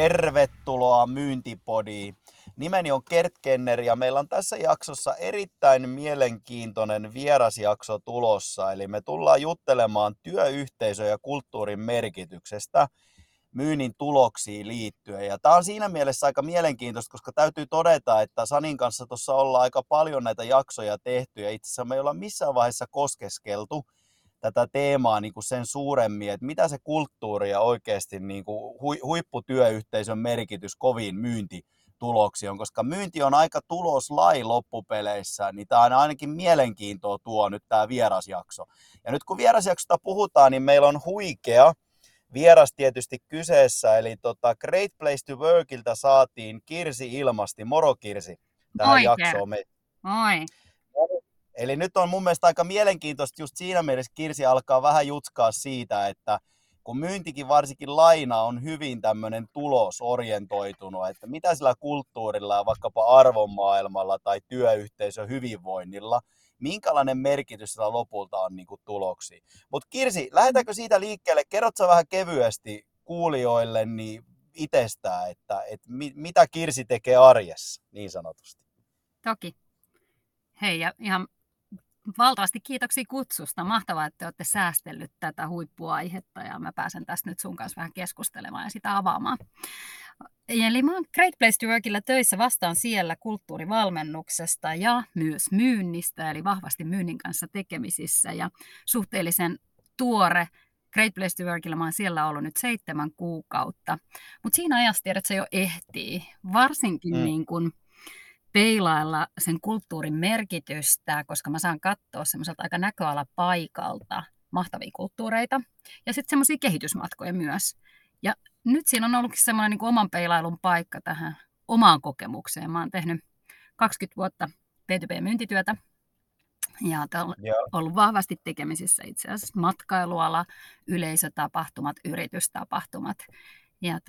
Tervetuloa Myyntipodiin. Nimeni on Kert Kenner ja meillä on tässä jaksossa erittäin mielenkiintoinen vierasjakso tulossa. Eli me tullaan juttelemaan työyhteisön ja kulttuurin merkityksestä myynnin tuloksiin liittyen. Ja tämä on siinä mielessä aika mielenkiintoista, koska täytyy todeta, että Sanin kanssa tuossa ollaan aika paljon näitä jaksoja tehty ja itse asiassa me ei olla missään vaiheessa koskeskeltu tätä teemaa niin kuin sen suuremmin, että mitä se kulttuuri ja oikeasti niin kuin huipputyöyhteisön merkitys koviin myyntituloksiin on, koska myynti on aika tuloslaji loppupeleissä, niin tämä on ainakin mielenkiintoa tuo nyt tämä vierasjakso. Ja nyt kun vierasjaksosta puhutaan, niin meillä on huikea vieras tietysti kyseessä, eli Great Place to Workilta saatiin Kirsi Ilmasti, moro Kirsi, tähän Oikein. jaksoon. Oi. Eli nyt on mun mielestä aika mielenkiintoista just siinä mielessä Kirsi alkaa vähän jutskaa siitä, että kun myyntikin varsinkin laina on hyvin tämmöinen tulosorientoitunut, että mitä sillä kulttuurilla ja vaikkapa arvomaailmalla tai työyhteisön hyvinvoinnilla, minkälainen merkitys sillä lopulta on niin kuin tuloksiin. Mutta Kirsi, lähdetäänkö siitä liikkeelle? Kerrotko vähän kevyesti kuulijoille niin itsestään, että mitä Kirsi tekee arjessa niin sanotusti? Toki. Hei, ja ihan valtavasti kiitoksia kutsusta. Mahtavaa, että olette säästellyt tätä huippuaihetta ja mä pääsen tästä nyt sun kanssa vähän keskustelemaan ja sitä avaamaan. Eli mä oon Great Place to Workilla töissä, vastaan siellä kulttuurivalmennuksesta ja myös myynnistä, eli vahvasti myynnin kanssa tekemisissä ja suhteellisen tuore Great Place to Workilla mä oon siellä ollut nyt 7 kuukautta, mutta siinä ajassa tiedät, että se jo ehtii, varsinkin niin kuin peilailla sen kulttuurin merkitystä, koska mä saan katsoa semmoiselta aika näköalapaikalta mahtavia kulttuureita ja sitten semmoisia kehitysmatkoja myös. Ja nyt siinä on ollutkin semmoinen niin kuin oman peilailun paikka tähän omaan kokemukseen. Mä oon tehnyt 20 vuotta B2B-myyntityötä ja ollut vahvasti tekemisissä itse asiassa matkailuala, yleisötapahtumat, yritystapahtumat. Ja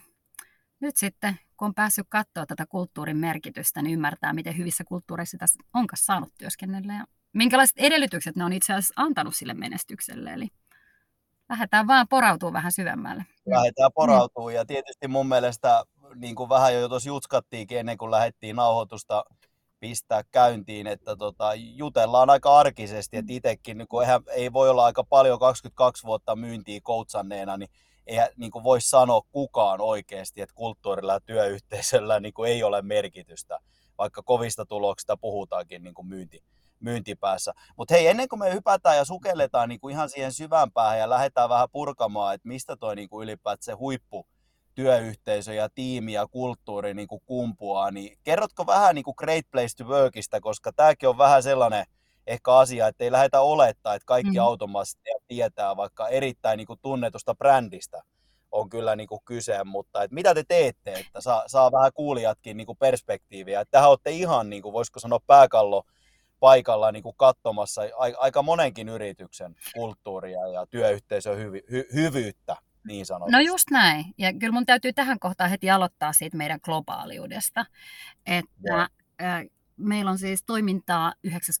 nyt sitten, kun on päässyt katsoa tätä kulttuurin merkitystä, niin ymmärtää, miten hyvissä kulttuureissa tässä onkaan saanut työskennellä ja minkälaiset edellytykset ne on itse asiassa antanut sille menestykselle. Eli lähdetään vaan porautumaan vähän syvemmälle. Lähdetään porautumaan ja tietysti mun mielestä, niin kuin vähän jo tuossa jutskattiinkin ennen kuin lähdettiin nauhoitusta pistää käyntiin, että jutellaan aika arkisesti, että itsekin niin ei voi olla aika paljon 22 vuotta myyntiä coachanneena, niin ei niin kuin voi sanoa kukaan oikeasti, että kulttuurilla ja työyhteisöllä niin kuin ei ole merkitystä, vaikka kovista tuloksista puhutaankin niin kuin myyntipäässä. Mutta hei, ennen kuin me hypätään ja sukelletaan niin kuin ihan siihen syvään päähän ja lähdetään vähän purkamaan, että mistä toi niin kuin ylipäätään se huipputyöyhteisö ja tiimi ja kulttuuri niin kuin kumpuaa, niin kerrotko vähän niin kuin Great Place to Workista, koska tämäkin on vähän sellainen ehkä asia, että ei lähdetä olettaa, että kaikki automaattisesti tietää, vaikka erittäin niin kuin tunnetusta brändistä on kyllä niin kuin kyse, mutta että mitä te teette, että saa vähän kuulijatkin niin kuin perspektiiviä, että tähän olette ihan, niin kuin, voisiko sanoa pääkallo paikalla niin kuin katsomassa aika monenkin yrityksen kulttuuria ja työyhteisön hyvyyttä, niin sanotusti. No just näin. Ja kyllä mun täytyy tähän kohtaan heti aloittaa siitä meidän globaaliudesta. Että meillä on siis toimintaa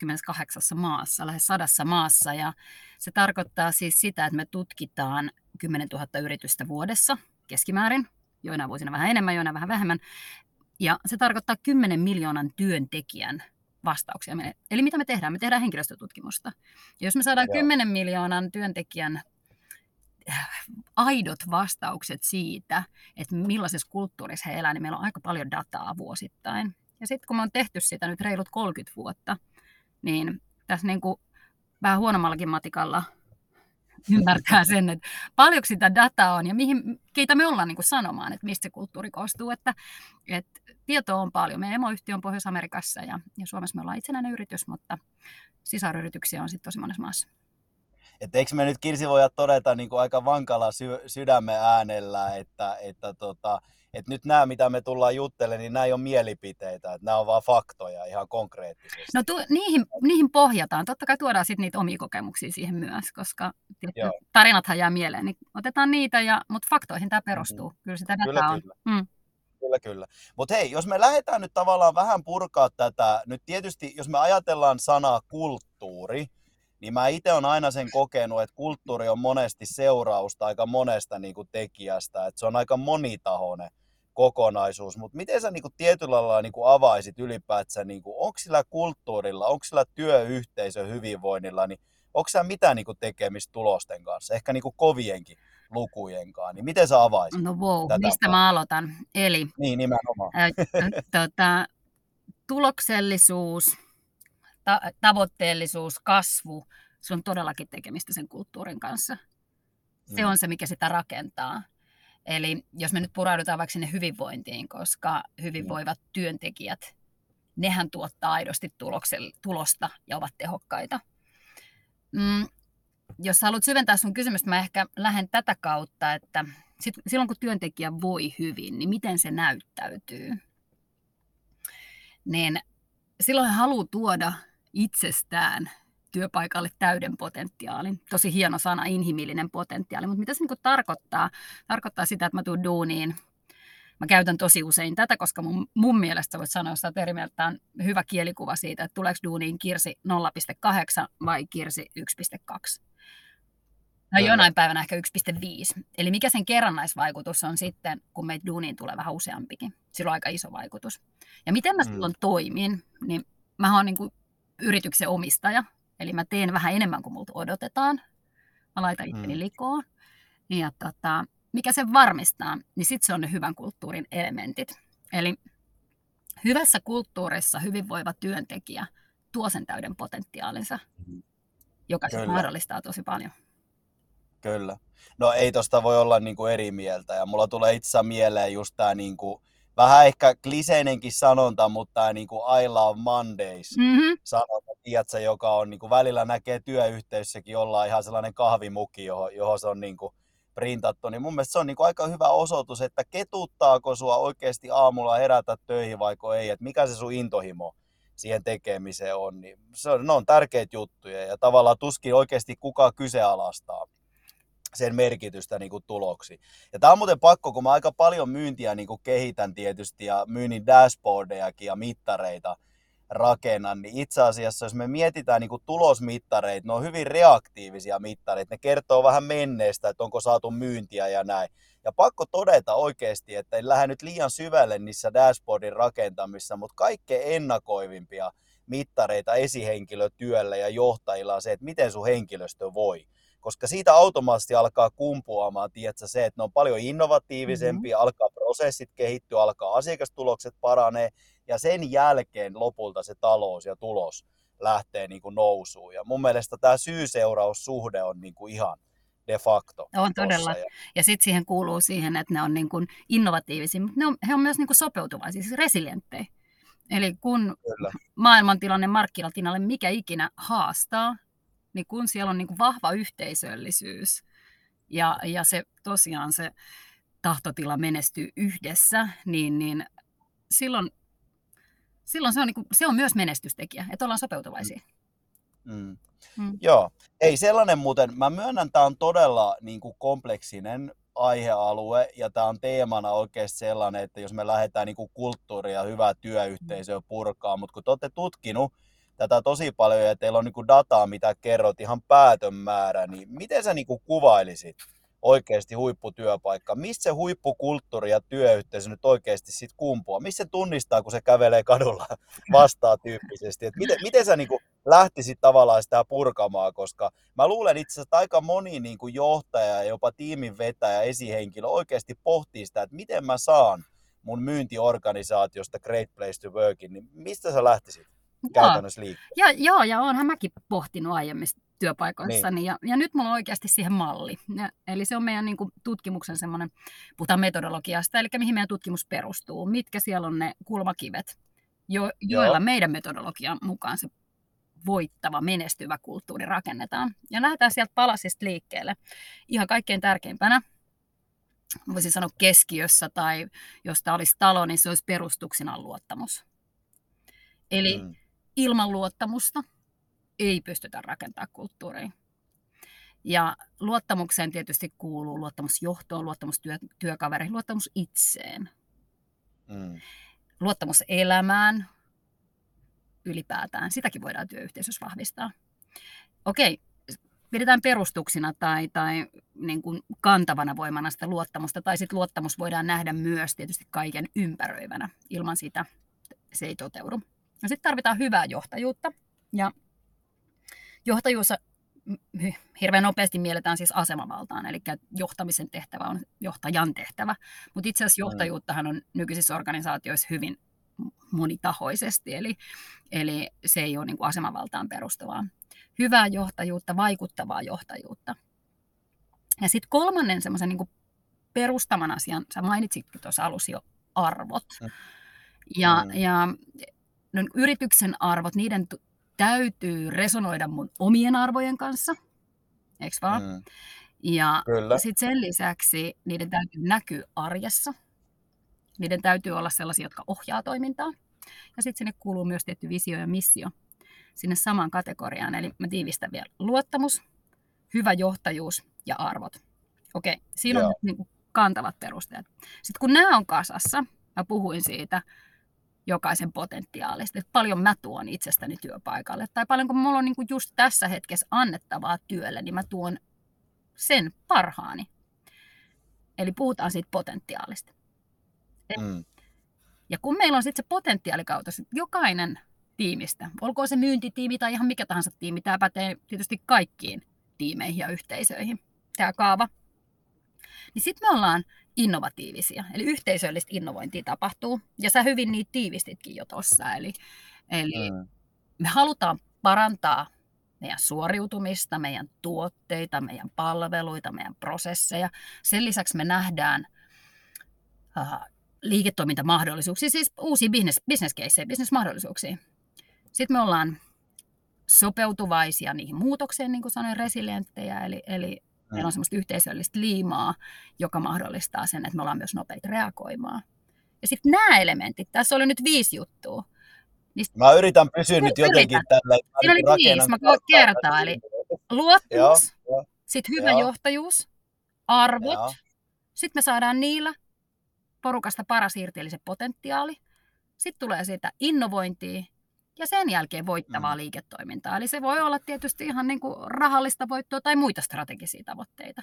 98 maassa, lähes 100 maassa, ja se tarkoittaa siis sitä, että me tutkitaan 10 000 yritystä vuodessa keskimäärin, joina vuosina vähän enemmän, joina vähän vähemmän, ja se tarkoittaa 10 miljoonan työntekijän vastauksia. Eli mitä me tehdään? Me tehdään henkilöstötutkimusta. Ja jos me saadaan 10 miljoonan työntekijän aidot vastaukset siitä, että millaisessa kulttuurissa he elää, niin meillä on aika paljon dataa vuosittain. Ja sitten kun me on tehty sitä nyt reilut 30 vuotta, niin tässä niin kuin vähän huonommallakin matikalla ymmärtää sen, että paljonko sitä dataa on ja keitä me ollaan niin kuin sanomaan, että mistä se kulttuuri koostuu. Että tietoa on paljon. Meidän emoyhtiö on Pohjois-Amerikassa ja Suomessa me ollaan itsenäinen yritys, mutta sisaryrityksiä on sitten tosi monessa maassa. Että eikö me nyt Kirsi voida todeta niin kuin aika vankalla sydämen äänellä, että nyt nämä, mitä me tullaan juttelemaan, niin nämä ei ole mielipiteitä, että nämä on vaan faktoja ihan konkreettisesti. No niihin pohjataan. Totta kai tuodaan sitten niitä omia kokemuksia siihen myös, koska tarinathan jää mieleen. Niin otetaan niitä, mutta faktoihin tämä perustuu. Kyllä sitä dataa on. Kyllä. Mutta hei, jos me lähdetään nyt tavallaan vähän purkaa tätä, nyt tietysti jos me ajatellaan sanaa kulttuuri, niin mä itse olen aina sen kokenut, että kulttuuri on monesti seurausta aika monesta niin kuin tekijästä, että se on aika monitahoinen kokonaisuus, mutta miten sä niin kuin tietyllä lailla niin kuin avaisit ylipäätään, niin kuin, onko sillä kulttuurilla, onko sillä työyhteisön hyvinvoinnilla, niin onko sä mitään niin kuin tekemistä tulosten kanssa, ehkä niin kuin kovienkin lukujenkaan, niin miten sä avaisit No wow, tätä mistä puolta? mä aloitan? Eli Niin, nimenomaan. ää, tuloksellisuus, tavoitteellisuus, kasvu, se on todellakin tekemistä sen kulttuurin kanssa. Se on se, mikä sitä rakentaa. Eli jos me nyt puraudutaan vaikka sinne hyvinvointiin, koska hyvinvoivat työntekijät, nehän tuottaa aidosti tulosta ja ovat tehokkaita. Jos haluat syventää sun kysymystä, mä ehkä lähden tätä kautta, että silloin kun työntekijä voi hyvin, niin miten se näyttäytyy? Niin silloin hän haluaa tuoda itsestään työpaikalle täyden potentiaalin. Tosi hieno sana, inhimillinen potentiaali, mutta mitä se niin tarkoittaa? Tarkoittaa sitä, että mä tuun duuniin. Mä käytän tosi usein tätä, koska mun mielestä voit sanoa, että eri mieltä on hyvä kielikuva siitä, että tuleeko duuniin Kirsi 0,8 vai Kirsi 1,2. No jonain päivänä ehkä 1,5. Eli mikä sen kerrannaisvaikutus on sitten, kun meitä duuniin tulee vähän useampikin. Sillä on aika iso vaikutus. Ja miten mä silloin toimin, niin mä oon niin kuin yrityksen omistaja. Eli mä teen vähän enemmän kuin multa odotetaan. Mä laitan itseni likoon. Ja mikä sen varmistaa, niin sitten se on ne hyvän kulttuurin elementit. Eli hyvässä kulttuurissa hyvinvoiva työntekijä tuo sen täyden potentiaalinsa, joka sitten mahdollistaa tosi paljon. Kyllä. No ei tosta voi olla niin kuin eri mieltä. Ja mulla tulee itse asiassa mieleen just tää niin kuin, vähän ehkä kliseinenkin sanonta, mutta tämä niin kuin I love Mondays sanonta, tiedätkö, joka on niin kuin välillä näkee työyhteisössäkin ollaan ihan sellainen kahvimuki, johon se on niin kuin printattu. Niin mun mielestä se on niin kuin aika hyvä osoitus, että ketuttaako sua oikeasti aamulla herätä töihin vaiko ei, että mikä se sun intohimo siihen tekemiseen on. Niin ne on tärkeitä juttuja ja tavallaan tuskin oikeasti kukaan kyseenalaistaa sen merkitystä niin kuin tuloksi. Ja tämä on muuten pakko, kun mä aika paljon myyntiä niin kuin kehitän tietysti ja myynnin dashboardejakin ja mittareita rakennan, niin itse asiassa jos me mietitään niin kuin tulosmittareita, ne on hyvin reaktiivisia mittareita, ne kertoo vähän menneestä, että onko saatu myyntiä ja näin. Ja pakko todeta oikeasti, että en lähde nyt liian syvälle niissä dashboardin rakentamissa, mutta kaikkein ennakoivimpia mittareita esihenkilötyöllä ja johtajilla on se, että miten sun henkilöstö voi. Koska siitä automaattisesti alkaa kumpuamaan, tiedätkö, se, että ne on paljon innovatiivisempia, alkaa prosessit kehittyä, alkaa asiakastulokset paranee, ja sen jälkeen lopulta se talous ja tulos lähtee niin kuin nousuun. Ja mun mielestä tämä syy-seuraussuhde on niin kuin ihan de facto. On todella. Ja sitten siihen kuuluu siihen, että ne on niin kuin innovatiivisia, mutta he on myös niin kuin sopeutuvaisia, siis resilienttejä. Eli kun maailmantilanne, markkinatilanne, mikä ikinä haastaa, niin kun siellä on niin kuin vahva yhteisöllisyys ja se tosiaan se tahtotila menestyy yhdessä, niin silloin se on, niin kuin, se on myös menestystekijä, että ollaan sopeutuvaisia. Joo, ei sellainen muuten, mä myönnän, tämä on todella niin kuin kompleksinen aihealue ja tämä on teemana oikeasti sellainen, että jos me lähdetään niin kuin kulttuuria ja hyvää työyhteisöä purkaa, mutta kun te olette tutkinut tätä tosi paljon ja teillä on niin kuin dataa, mitä kerrot, ihan päätön määrä, niin miten sä niin kuin kuvailisit oikeasti huipputyöpaikka? Mistä se huippukulttuuri ja työyhteisö nyt oikeasti sit kumpuaa? Missä se tunnistaa, kun se kävelee kadulla vastaan tyyppisesti? Et miten sä niin kuin lähtisit tavallaan sitä purkamaan? Koska mä luulen itse asiassa, että aika moni niin kuin johtaja ja jopa tiimin vetäjä, esihenkilö oikeasti pohtii sitä, että miten mä saan mun myyntiorganisaatiosta Great Place to Workin, niin mistä sä lähtisit käytännössä liikkeelle? Joo, ja oonhan mäkin pohtinut aiemmissa työpaikoissani, niin. Ja nyt mulla on oikeasti siihen malli. Eli se on meidän niin kuin, tutkimuksen semmoinen, puhutaan metodologiasta, eli mihin meidän tutkimus perustuu, mitkä siellä on ne kulmakivet, joilla meidän metodologian mukaan se voittava, menestyvä kulttuuri rakennetaan. Ja lähdetään sieltä palasista liikkeelle. Ihan kaikkein tärkeimpänä, voisin sanoa keskiössä, tai jos tämä olisi talo, niin se olisi perustuksena luottamus. Eli ilman luottamusta ei pystytä rakentamaan kulttuuria. Ja luottamukseen tietysti kuuluu luottamus johtoon, luottamus työkaveriin, luottamus itseen. Luottamus elämään ylipäätään. Sitäkin voidaan työyhteisössä vahvistaa. Okei, pidetään perustuksina tai niin kuin kantavana voimana sitä luottamusta, tai sitten luottamus voidaan nähdä myös tietysti kaiken ympäröivänä. Ilman sitä se ei toteudu. No sitten tarvitaan hyvää johtajuutta, ja johtajuus hirveän nopeasti mielletään siis asemavaltaan, eli johtamisen tehtävä on johtajan tehtävä, mutta itse asiassa johtajuuttahan on nykyisissä organisaatioissa hyvin monitahoisesti, eli se ei ole niin kuin asemavaltaan perustuvaa. Hyvää johtajuutta, vaikuttavaa johtajuutta. Ja sitten kolmannen semmoisen niin kuin perustavan asian, sä mainitsitkin tuossa alussa jo, arvot. Ja no, yrityksen arvot, niiden täytyy resonoida mun omien arvojen kanssa, eikö vaan? Ja sitten sen lisäksi niiden täytyy näkyä arjessa. Niiden täytyy olla sellaisia, jotka ohjaa toimintaa. Ja sitten sinne kuuluu myös tietty visio ja missio sinne samaan kategoriaan. Eli mä tiivistän vielä: luottamus, hyvä johtajuus ja arvot. Okei, siinä on nyt niin kuin kantavat perusteet. Sitten kun nämä on kasassa, mä puhuin siitä jokaisen potentiaalista, että paljon mä tuon itsestäni työpaikalle, tai paljonko mulla on niin kuin just tässä hetkessä annettavaa työlle, niin mä tuon sen parhaani. Eli puhutaan siitä potentiaalista. Ja kun meillä on sitten se potentiaalikautta, jokainen tiimistä, olkoon se myyntitiimi tai ihan mikä tahansa tiimi, tämä pätee tietysti kaikkiin tiimeihin ja yhteisöihin, tämä kaava, niin sitten me ollaan innovatiivisia, eli yhteisöllistä innovointia tapahtuu, ja sä hyvin niitä tiivistitkin jo tuossa, eli me halutaan parantaa meidän suoriutumista, meidän tuotteita, meidän palveluita, meidän prosesseja. Sen lisäksi me nähdään liiketoimintamahdollisuuksia, siis uusia business caseja, business-mahdollisuuksia. Sitten me ollaan sopeutuvaisia niihin muutokseen, niin kuin sanoin, resilienttejä, eli meillä on semmoista yhteisöllistä liimaa, joka mahdollistaa sen, että me ollaan myös nopeita reagoimaan. Ja sitten nämä elementit, tässä oli nyt 5 juttua. Mä yritän pysyä nyt jotenkin tällä. Siinä oli 5, mä kertaan. Eli luottamus, sitten hyvä johtajuus, arvot, sitten me saadaan niillä porukasta paras irti, eli se potentiaali. Sitten tulee siitä innovointia ja sen jälkeen voittavaa liiketoimintaa. Eli se voi olla tietysti ihan niin kuin rahallista voittoa tai muita strategisia tavoitteita.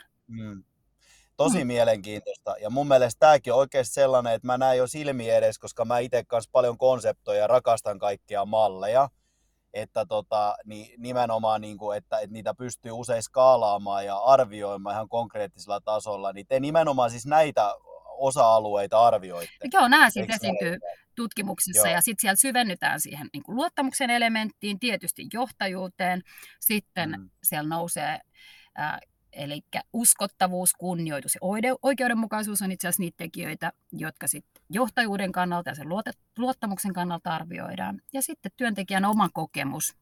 Tosi mielenkiintoista. Ja mun mielestä tämäkin on oikeasti sellainen, että mä näen jo silmiä edes, koska mä itse kanssa paljon konseptoja ja rakastan kaikkia malleja. Että niin nimenomaan, niin kuin, että niitä pystyy usein skaalaamaan ja arvioimaan ihan konkreettisella tasolla. Niin te nimenomaan siis näitä osa-alueita arvioitte. Joo, nämä sitten esiintyy tutkimuksissa ja sitten siellä syvennytään siihen niin kuin luottamuksen elementtiin, tietysti johtajuuteen. Sitten siellä nousee eli uskottavuus, kunnioitus ja oikeudenmukaisuus on itse asiassa niitä tekijöitä, jotka sitten johtajuuden kannalta ja sen luottamuksen kannalta arvioidaan. Ja sitten työntekijän oma kokemus,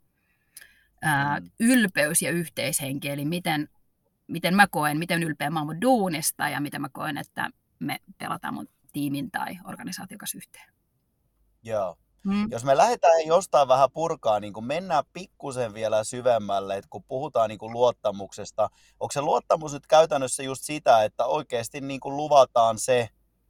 ylpeys ja yhteishenki, eli miten mä koen, miten ylpeä mä oon mun duunista ja miten mä koen, että me pelataan mun tiimin tai organisaation kanssa yhteen. Joo. Jos me lähdetään jostain vähän purkaa, niin kun mennään pikkusen vielä syvemmälle, että kun puhutaan niin kun luottamuksesta, onko se luottamus nyt käytännössä just sitä, että oikeasti niin kun luvataan se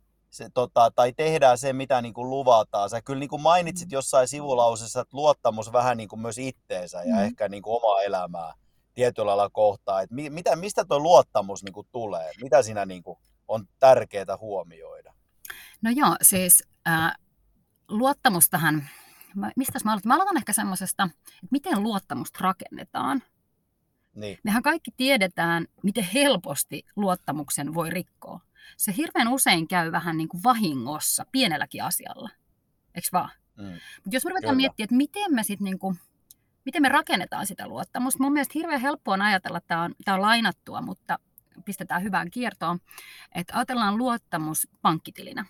tai tehdään se, mitä niin kun luvataan? Sä kyllä niin kun mainitsit jossain sivulausessa, että luottamus vähän niin kun myös itteensä ja ehkä niin kun omaa elämää tietyllä lailla kohtaa. Että mistä tuo luottamus niin kun tulee? Mitä siinä niin kun on tärkeää huomioida? No joo, siis luottamustahan, mistä mä aloitan? Mä aloitan ehkä semmoisesta, että miten luottamusta rakennetaan. Niin. Mehän kaikki tiedetään, miten helposti luottamuksen voi rikkoa. Se hirveän usein käy vähän niin kuin vahingossa, pienelläkin asialla. Eikö vaan? Mutta jos me ruvetaan miettimään, että miten me sitten miten me rakennetaan sitä luottamusta. Mun mielestä hirveän helppoa on ajatella, että tämä on lainattua, mutta pistetään hyvään kiertoon, että ajatellaan luottamus pankkitilinä.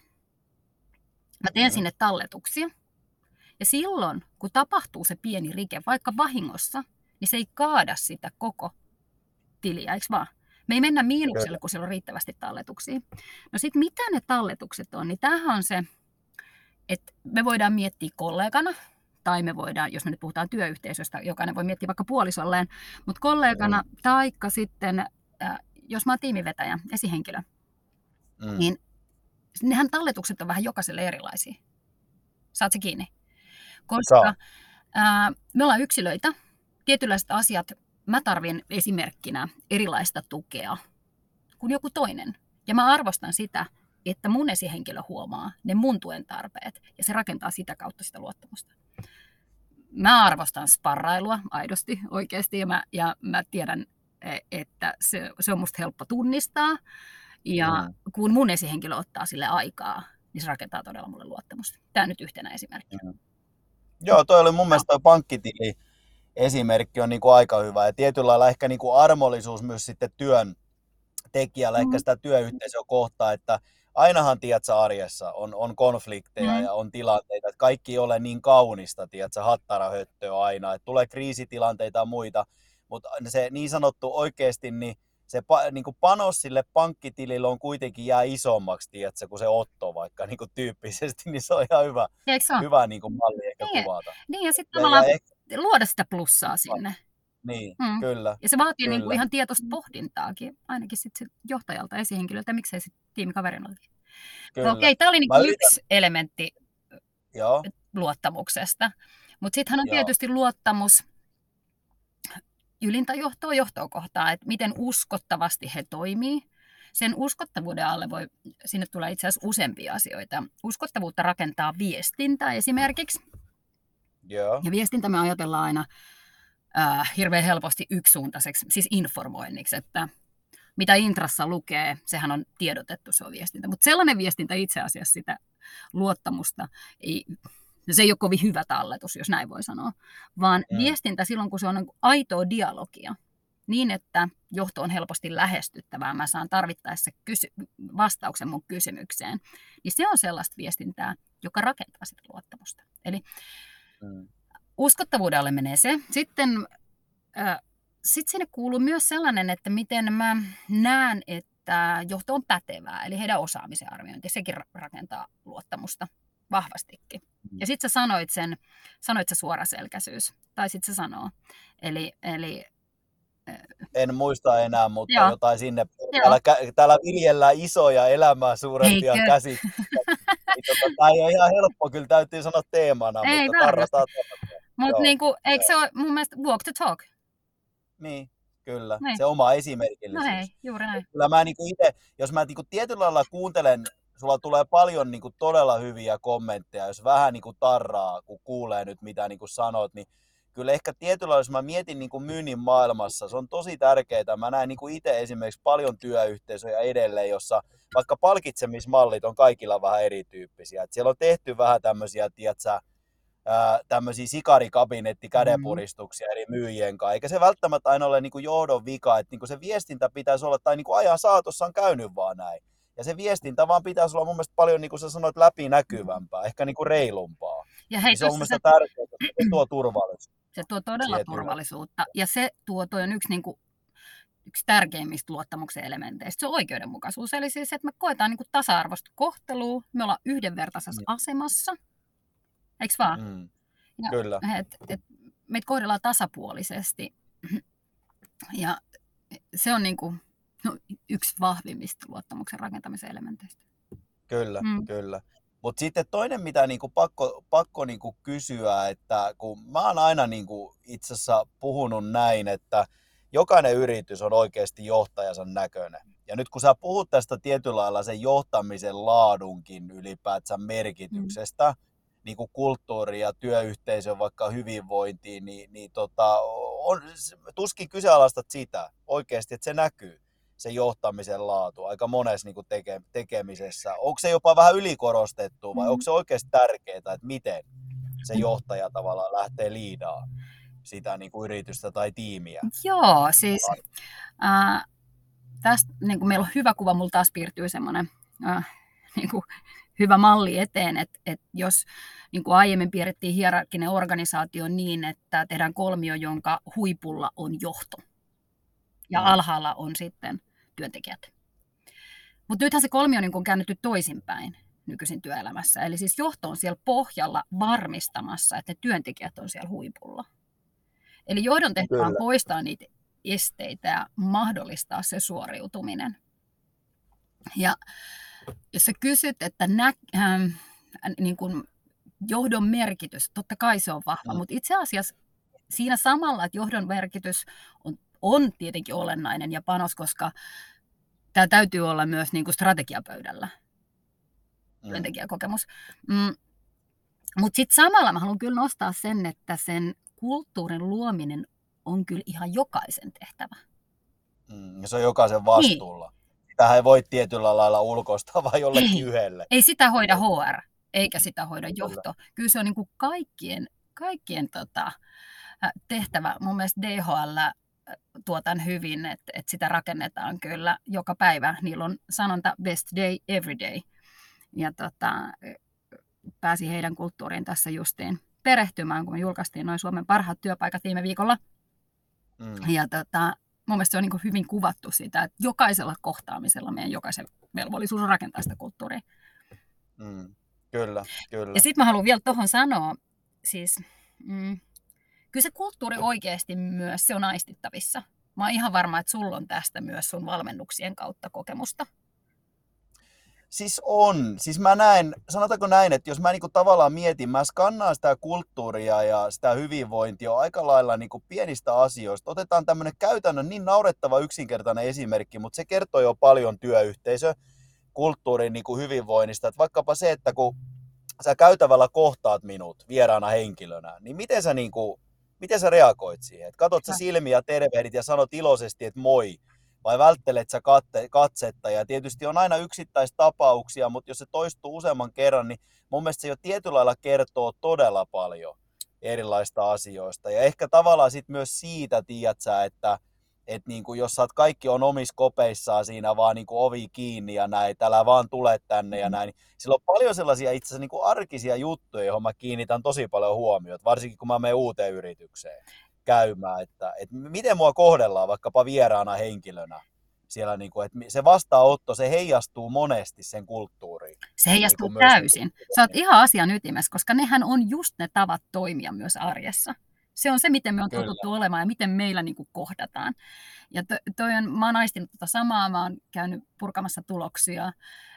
Mä teen sinne talletuksia ja silloin, kun tapahtuu se pieni rike, vaikka vahingossa, niin se ei kaada sitä koko tiliä, eikö vaan? Me ei mennä miinukselle, kun siellä on riittävästi talletuksia. No sitten mitä ne talletukset on, niin tämähän on se, että me voidaan miettiä kollegana, tai me voidaan, jos me nyt puhutaan työyhteisöstä, jokainen voi miettiä vaikka puolisolleen, mutta kollegana, taikka sitten, jos mä oon tiimivetäjä, esihenkilö, niin nehän talletukset on vähän jokaiselle erilaisia. Saat se kiinni? Koska me ollaan yksilöitä, tietynlaiset asiat mä tarvin esimerkkinä erilaista tukea kuin joku toinen. Ja mä arvostan sitä, että mun esihenkilö huomaa ne mun tuen tarpeet ja se rakentaa sitä kautta sitä luottamusta. Mä arvostan sparrailua aidosti, oikeasti ja mä tiedän, että se on musta helppo tunnistaa. Ja kun mun esihenkilö ottaa sille aikaa, niin se rakentaa todella mulle luottamusta. Tämä nyt yhtenä esimerkkinä. Joo, toi oli mun mielestä toi pankkitili esimerkki on niinku aika hyvä. Ja tietyllä lailla ehkä niinku armollisuus myös sitten työntekijällä, ehkä sitä työyhteisöä kohtaa, että ainahan, tiedätkö, arjessa on konflikteja ja on tilanteita, että kaikki ei ole niin kaunista, tiedätkö, hattarahöttöä aina, että tulee kriisitilanteita ja muita, mutta se niin sanottu oikeasti, niin se niin kuin panos sille pankkitilille on kuitenkin jää isommaksi, tiedätkö, kuin se otto vaikka niin kuin tyyppisesti, niin se on ihan hyvä niin kuin malli ehkä kuvata. Niin, ja sitten tavallaan luoda sitä plussaa sinne. Niin, kyllä. Ja se vaatii niin kuin ihan tietoista pohdintaakin, ainakin sitten johtajalta, esihenkilöltä, miksei sitten tiimikaverinakin. Okei, tämä oli niin kuin yksi elementti luottamuksesta, mutta sittenhän on tietysti luottamus ylintä johtoa kohtaan, että miten uskottavasti he toimii. Sen uskottavuuden alle sinne tulee itse asiassa useampia asioita. Uskottavuutta rakentaa viestintä esimerkiksi. Ja viestintä me ajatellaan aina hirveän helposti yksisuuntaiseksi, siis informoinniksi, että mitä intrassa lukee, sehän on tiedotettu, se on viestintä. Mutta sellainen viestintä itse asiassa sitä luottamusta se ei ole kovin hyvä talletus, jos näin voi sanoa, vaan viestintä silloin, kun se on aitoa dialogia, niin että johto on helposti lähestyttävää, mä saan tarvittaessa vastauksen mun kysymykseen, niin se on sellaista viestintää, joka rakentaa sitä luottamusta. Eli uskottavuuden alle menee se. Sitten sinne kuuluu myös sellainen, että miten mä näen, että johto on pätevää, eli heidän osaamisen arviointi, sekin rakentaa luottamusta vahvastikin. Ja sitten sä sanoit se suoraselkäisyys, tai sitten se sanoo. Eli en muista enää, mutta jotain sinne. Täällä viljellään isoja elämää suurempia käsitteitä. Tämä ei ole ihan helppo, kyllä täytyy sanoa teemana, ei mutta tarrataan. Mutta niinku, eikö se ole mun mielestä walk the talk? Niin, kyllä. Niin. Se oma esimerkillisyys. No hei, juuri näin. Kyllä mä niinku itse, jos mä niinku tietyllä lailla kuuntelen, sulla tulee paljon niinku todella hyviä kommentteja, jos vähän niinku tarraa, kun kuulee nyt mitä niinku sanot, niin kyllä ehkä tietyllä lailla, jos mä mietin niinku myynnin maailmassa, se on tosi tärkeää. Mä näen niinku itse esimerkiksi paljon työyhteisöjä edelleen, jossa vaikka palkitsemismallit on kaikilla vähän erityyppisiä. Et siellä on tehty vähän tämmöisiä, tiedätkö, tämmöisiä sikarikabinetti-kädenpuristuksia eri myyjien kanssa, eikä se välttämättä aina ole niinku johdon vika, että niinku se viestintä pitäisi olla, tai niinku ajan saatossa on käynyt vaan näin. Ja se viestintä vaan pitäisi olla mun mielestä paljon, niin kuin sä sanoit, läpinäkyvämpää, ehkä niinku reilumpaa. Ja hei, se on mun mielestä tärkeää, että se tuo turvallisuutta. Se tuo todella turvallisuutta, ja se toi on yksi tärkeimmistä luottamuksen elementeistä, se on oikeudenmukaisuus. Eli siis, että me koetaan niinku tasa-arvoista kohtelua, me ollaan yhdenvertaisessa asemassa. Eikö vaan? Kyllä. Meitä kohdellaan tasapuolisesti. Ja se on niinku, yksi vahvimmista luottamuksen rakentamisen elementeistä. Kyllä, kyllä. Mutta sitten toinen, mitä niinku pakko niinku kysyä, että kun mä oon aina niinku itse asiassa puhunut näin, että jokainen yritys on oikeasti johtajansa näköinen. Ja nyt kun sä puhut tästä tietyllä lailla sen johtamisen laadunkin ylipäätään merkityksestä, niin kuin kulttuuri ja työyhteisön vaikka hyvinvointiin, tuskin kyseenalaistat sitä oikeasti, että se näkyy, se johtamisen laatu aika monessa niin kuin tekemisessä. Onko se jopa vähän ylikorostettu vai onko se oikeasti tärkeää, että miten se johtaja tavallaan lähtee liidaamaan sitä niin kuin yritystä tai tiimiä? Joo, siis tästä niin kuin meillä on hyvä kuva, mulla taas piirtyy semmoinen niin kuin hyvä malli eteen, että jos niin kuin aiemmin piirrettiin hierarkkinen organisaatio niin, että tehdään kolmio, jonka huipulla on johto ja alhaalla on sitten työntekijät. Mutta nythän se kolmio on niin kuin käännetty toisinpäin nykyisin työelämässä. Eli siis johto on siellä pohjalla varmistamassa, että ne työntekijät on siellä huipulla. Eli johdon tehtävä on poistaa niitä esteitä ja mahdollistaa se suoriutuminen. Ja jos sä kysyt, että niin kun johdon merkitys, totta kai se on vahva, mutta itse asiassa siinä samalla, että johdon merkitys on tietenkin olennainen ja panos, koska tämä täytyy olla myös niin kuin strategiapöydällä, työntekijäkokemus. Mutta sitten samalla mä haluan kyllä nostaa sen, että sen kulttuurin luominen on kyllä ihan jokaisen tehtävä. Ja se on jokaisen vastuulla. Niin. Sitähän ei voi tietyllä lailla ulkoistaa vaan jollekin yhdelle. Ei sitä hoida HR, eikä sitä hoida johto. Kyllä se on niin kuin kaikkien tehtävä. Mun mielestä DHL tuo tämän hyvin, että sitä rakennetaan kyllä joka päivä. Niillä on sanonta best day every day. Ja pääsi heidän kulttuuriin tässä justiin perehtymään, kun me julkaistiin noin Suomen parhaat työpaikat viime viikolla. Ja mun mielestä se on niin kuin hyvin kuvattu sitä, että jokaisella kohtaamisella meidän jokaisen velvollisuus on rakentaa sitä kulttuuria. Kyllä. Ja sitten mä haluan vielä tuohon sanoa, siis kyllä se kulttuuri oikeasti myös, se on aistittavissa. Mä oon ihan varma, että sulla on tästä myös sun valmennuksien kautta kokemusta. Siis on. Siis mä näen, sanotaanko näin, että jos mä niinku tavallaan mietin, mä skannaan sitä kulttuuria ja sitä hyvinvointia aika lailla niinku pienistä asioista. Otetaan tämmöinen käytännön niin naurettava yksinkertainen esimerkki, mutta se kertoo jo paljon kulttuurin niinku hyvinvoinnista. Et vaikkapa se, että kun sä käytävällä kohtaat minut vieraana henkilönä, niin miten sä reagoit siihen? Et katot sä silmiä ja tervehdit ja sanot iloisesti, että moi. Vai välttelet sä katsetta, ja tietysti on aina yksittäistapauksia, mutta jos se toistuu useamman kerran, niin mun mielestä se jo tietyllä lailla kertoo todella paljon erilaista asioista. Ja ehkä tavallaan sitten myös siitä, tiedätkö, että niin kuin jos kaikki on omissa kopeissaan siinä vaan niin kuin ovi kiinni ja näin, älä vaan tule tänne ja näin, niin sillä on paljon sellaisia itse asiassa niin kuin arkisia juttuja, joihin mä kiinnitän tosi paljon huomiota, varsinkin kun mä menen uuteen yritykseen käymään, että miten mua kohdellaan vaikkapa vieraana henkilönä siellä, niin kuin, että se vastaanotto, se heijastuu monesti sen kulttuuriin. Se heijastuu niin täysin. Sä oot ihan asian ytimessä, koska nehän on just ne tavat toimia myös arjessa. Se on se, miten me on totuttu olemaan ja miten meillä niin kuin kohdataan. Ja mä oon aistinut samaa, mä oon käynyt purkamassa tuloksia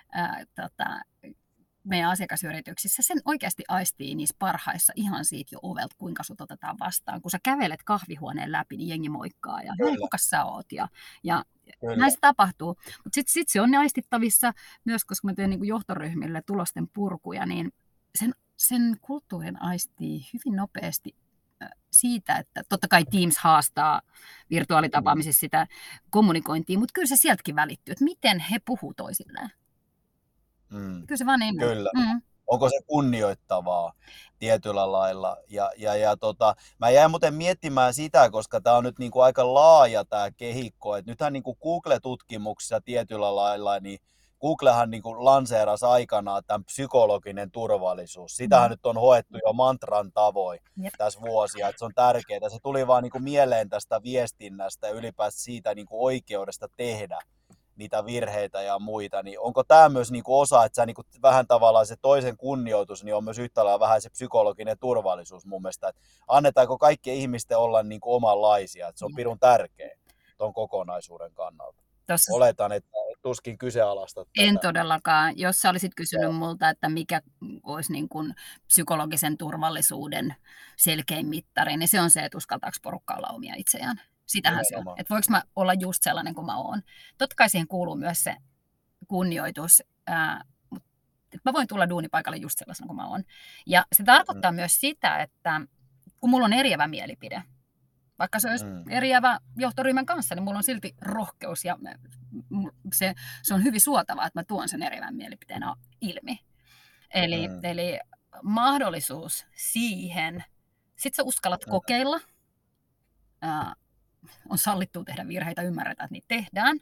meidän asiakasyrityksissä. Sen oikeasti aistii niissä parhaissa ihan siitä jo ovelta, kuinka sut otetaan vastaan. Kun sä kävelet kahvihuoneen läpi, niin jengi moikkaa ja hei, kuka sä oot? Ja näin se tapahtuu. Mutta sitten se on aistittavissa myös, koska mä teen niin kuin johtoryhmille tulosten purkuja, niin sen kulttuurin aistii hyvin nopeasti siitä, että totta kai Teams haastaa virtuaalitapaamisessa sitä kommunikointia, mutta kyllä se sieltäkin välittyy, että miten he puhuu toisilleen. Kyllä se vaan niin. Kyllä. Onko se kunnioittavaa tietyllä lailla? Mä jäin muuten miettimään sitä, koska tämä on nyt niinku aika laaja tämä kehikko. Et nythän niinku Google-tutkimuksissa tietyllä lailla, niin Googlehan niinku lanseerasi aikanaan tämän psykologinen turvallisuus. Sitähän nyt on hoettu jo mantran tavoin tässä vuosia, että se on tärkeää. Se tuli vaan niinku mieleen tästä viestinnästä ja ylipäätään siitä niinku oikeudesta tehdä niitä virheitä ja muita, niin onko tämä myös niinku osa, että sä niinku vähän tavallaan se toisen kunnioitus, niin on myös yhtä lailla vähän se psykologinen turvallisuus mun mielestä, että annetaanko kaikkien ihmisten olla niinku omanlaisia, että se on pirun tärkeä tuon kokonaisuuden kannalta. Oletan, että tuskin kyseenalaistat tätä. En todellakaan. Jos sä olisit kysynyt multa, että mikä olisi niin kuin psykologisen turvallisuuden selkein mittari, niin se on se, että uskaltaako porukka olla omia itseään. Sitähän se on. Että voiko mä olla just sellainen kuin mä oon. Totta kai siihen kuuluu myös se kunnioitus, että mä voin tulla duunipaikalle just sellaisena kuin mä oon. Ja se tarkoittaa myös sitä, että kun mulla on eriävä mielipide, vaikka se olisi eriävä johtoryhmän kanssa, niin mulla on silti rohkeus ja se on hyvin suotavaa, että mä tuon sen eriävän mielipiteen ilmi. Eli mahdollisuus siihen, sit sä uskallat kokeilla, on sallittu tehdä virheitä, ymmärretään, että niitä tehdään.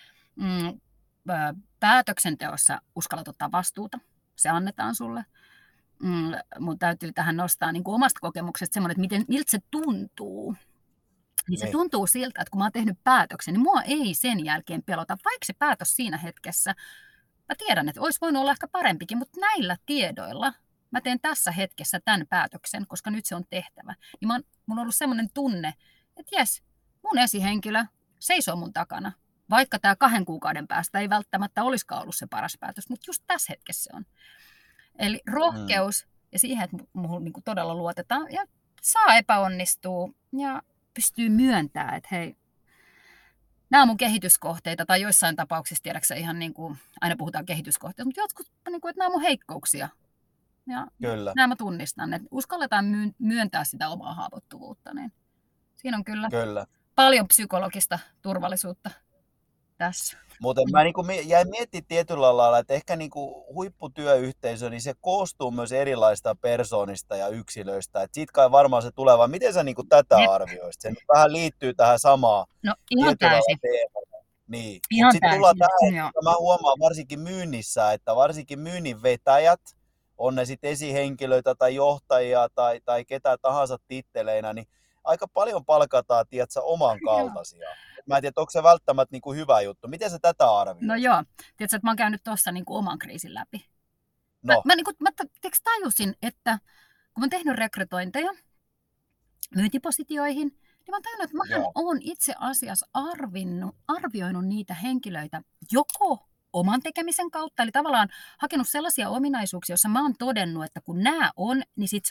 Päätöksenteossa uskallat ottaa vastuuta, se annetaan sulle. Mun täytyy tähän nostaa niin kuin omasta kokemuksesta semmoinen, että miltä se tuntuu. Niin se tuntuu siltä, että kun mä oon tehnyt päätöksen, niin mua ei sen jälkeen pelota, vaikka se päätös siinä hetkessä, mä tiedän, että olisi voinut olla ehkä parempikin, mutta näillä tiedoilla mä teen tässä hetkessä tämän päätöksen, koska nyt se on tehtävä. Niin mulla on ollut semmoinen tunne, että jes, mun esihenkilö seisoo mun takana, vaikka tämä 2 kuukauden päästä ei välttämättä olisikaan ollut se paras päätös, mutta just tässä hetkessä se on. Eli rohkeus ja siihen, että muuhun niin todella luotetaan. Ja saa epäonnistua ja pystyy myöntämään, että hei, nämä on mun kehityskohteita, tai joissain tapauksissa tiedäksä ihan niin kuin, aina puhutaan kehityskohteista, mutta jotkut, niin kuin, että nämä on mun heikkouksia. Ja Kyllä. nämä mä tunnistan, että uskalletaan myöntää sitä omaa haavoittuvuutta. Niin siinä on kyllä paljon psykologista turvallisuutta tässä. Mutta mä niinku jäin miettimään tietyllä lailla, että ehkä niinku huipputyöyhteisö, niin se koostuu myös erilaisista persoonista ja yksilöistä. Et siitä kai varmaan se tulee, vaan miten sä niinku tätä arvioisit? Se vähän liittyy tähän samaan ihan täysin. teemaan. Niin. Mutta sitten tullaan tähän, että mä huomaan varsinkin myynnissä, että varsinkin myynnin vetäjät, on ne sitten esihenkilöitä tai johtajia tai ketä tahansa titteleinä, niin aika paljon palkataan, tiedätkö, oman kaltaisia. Mä en tiedä, onko se välttämättä niin kuin hyvä juttu. Miten sä tätä arvioit? No joo, tiedätkö, että mä oon käynyt tuossa niin kuin oman kriisin läpi. No. Mä tajusin, että kun mä oon tehnyt rekrytointeja myyntipositioihin, niin mä oon tajunnut, että mä oon itse asiassa arvioinut niitä henkilöitä joko oman tekemisen kautta, eli tavallaan hakenut sellaisia ominaisuuksia, joissa mä oon todennut, että kun nämä on, niin sit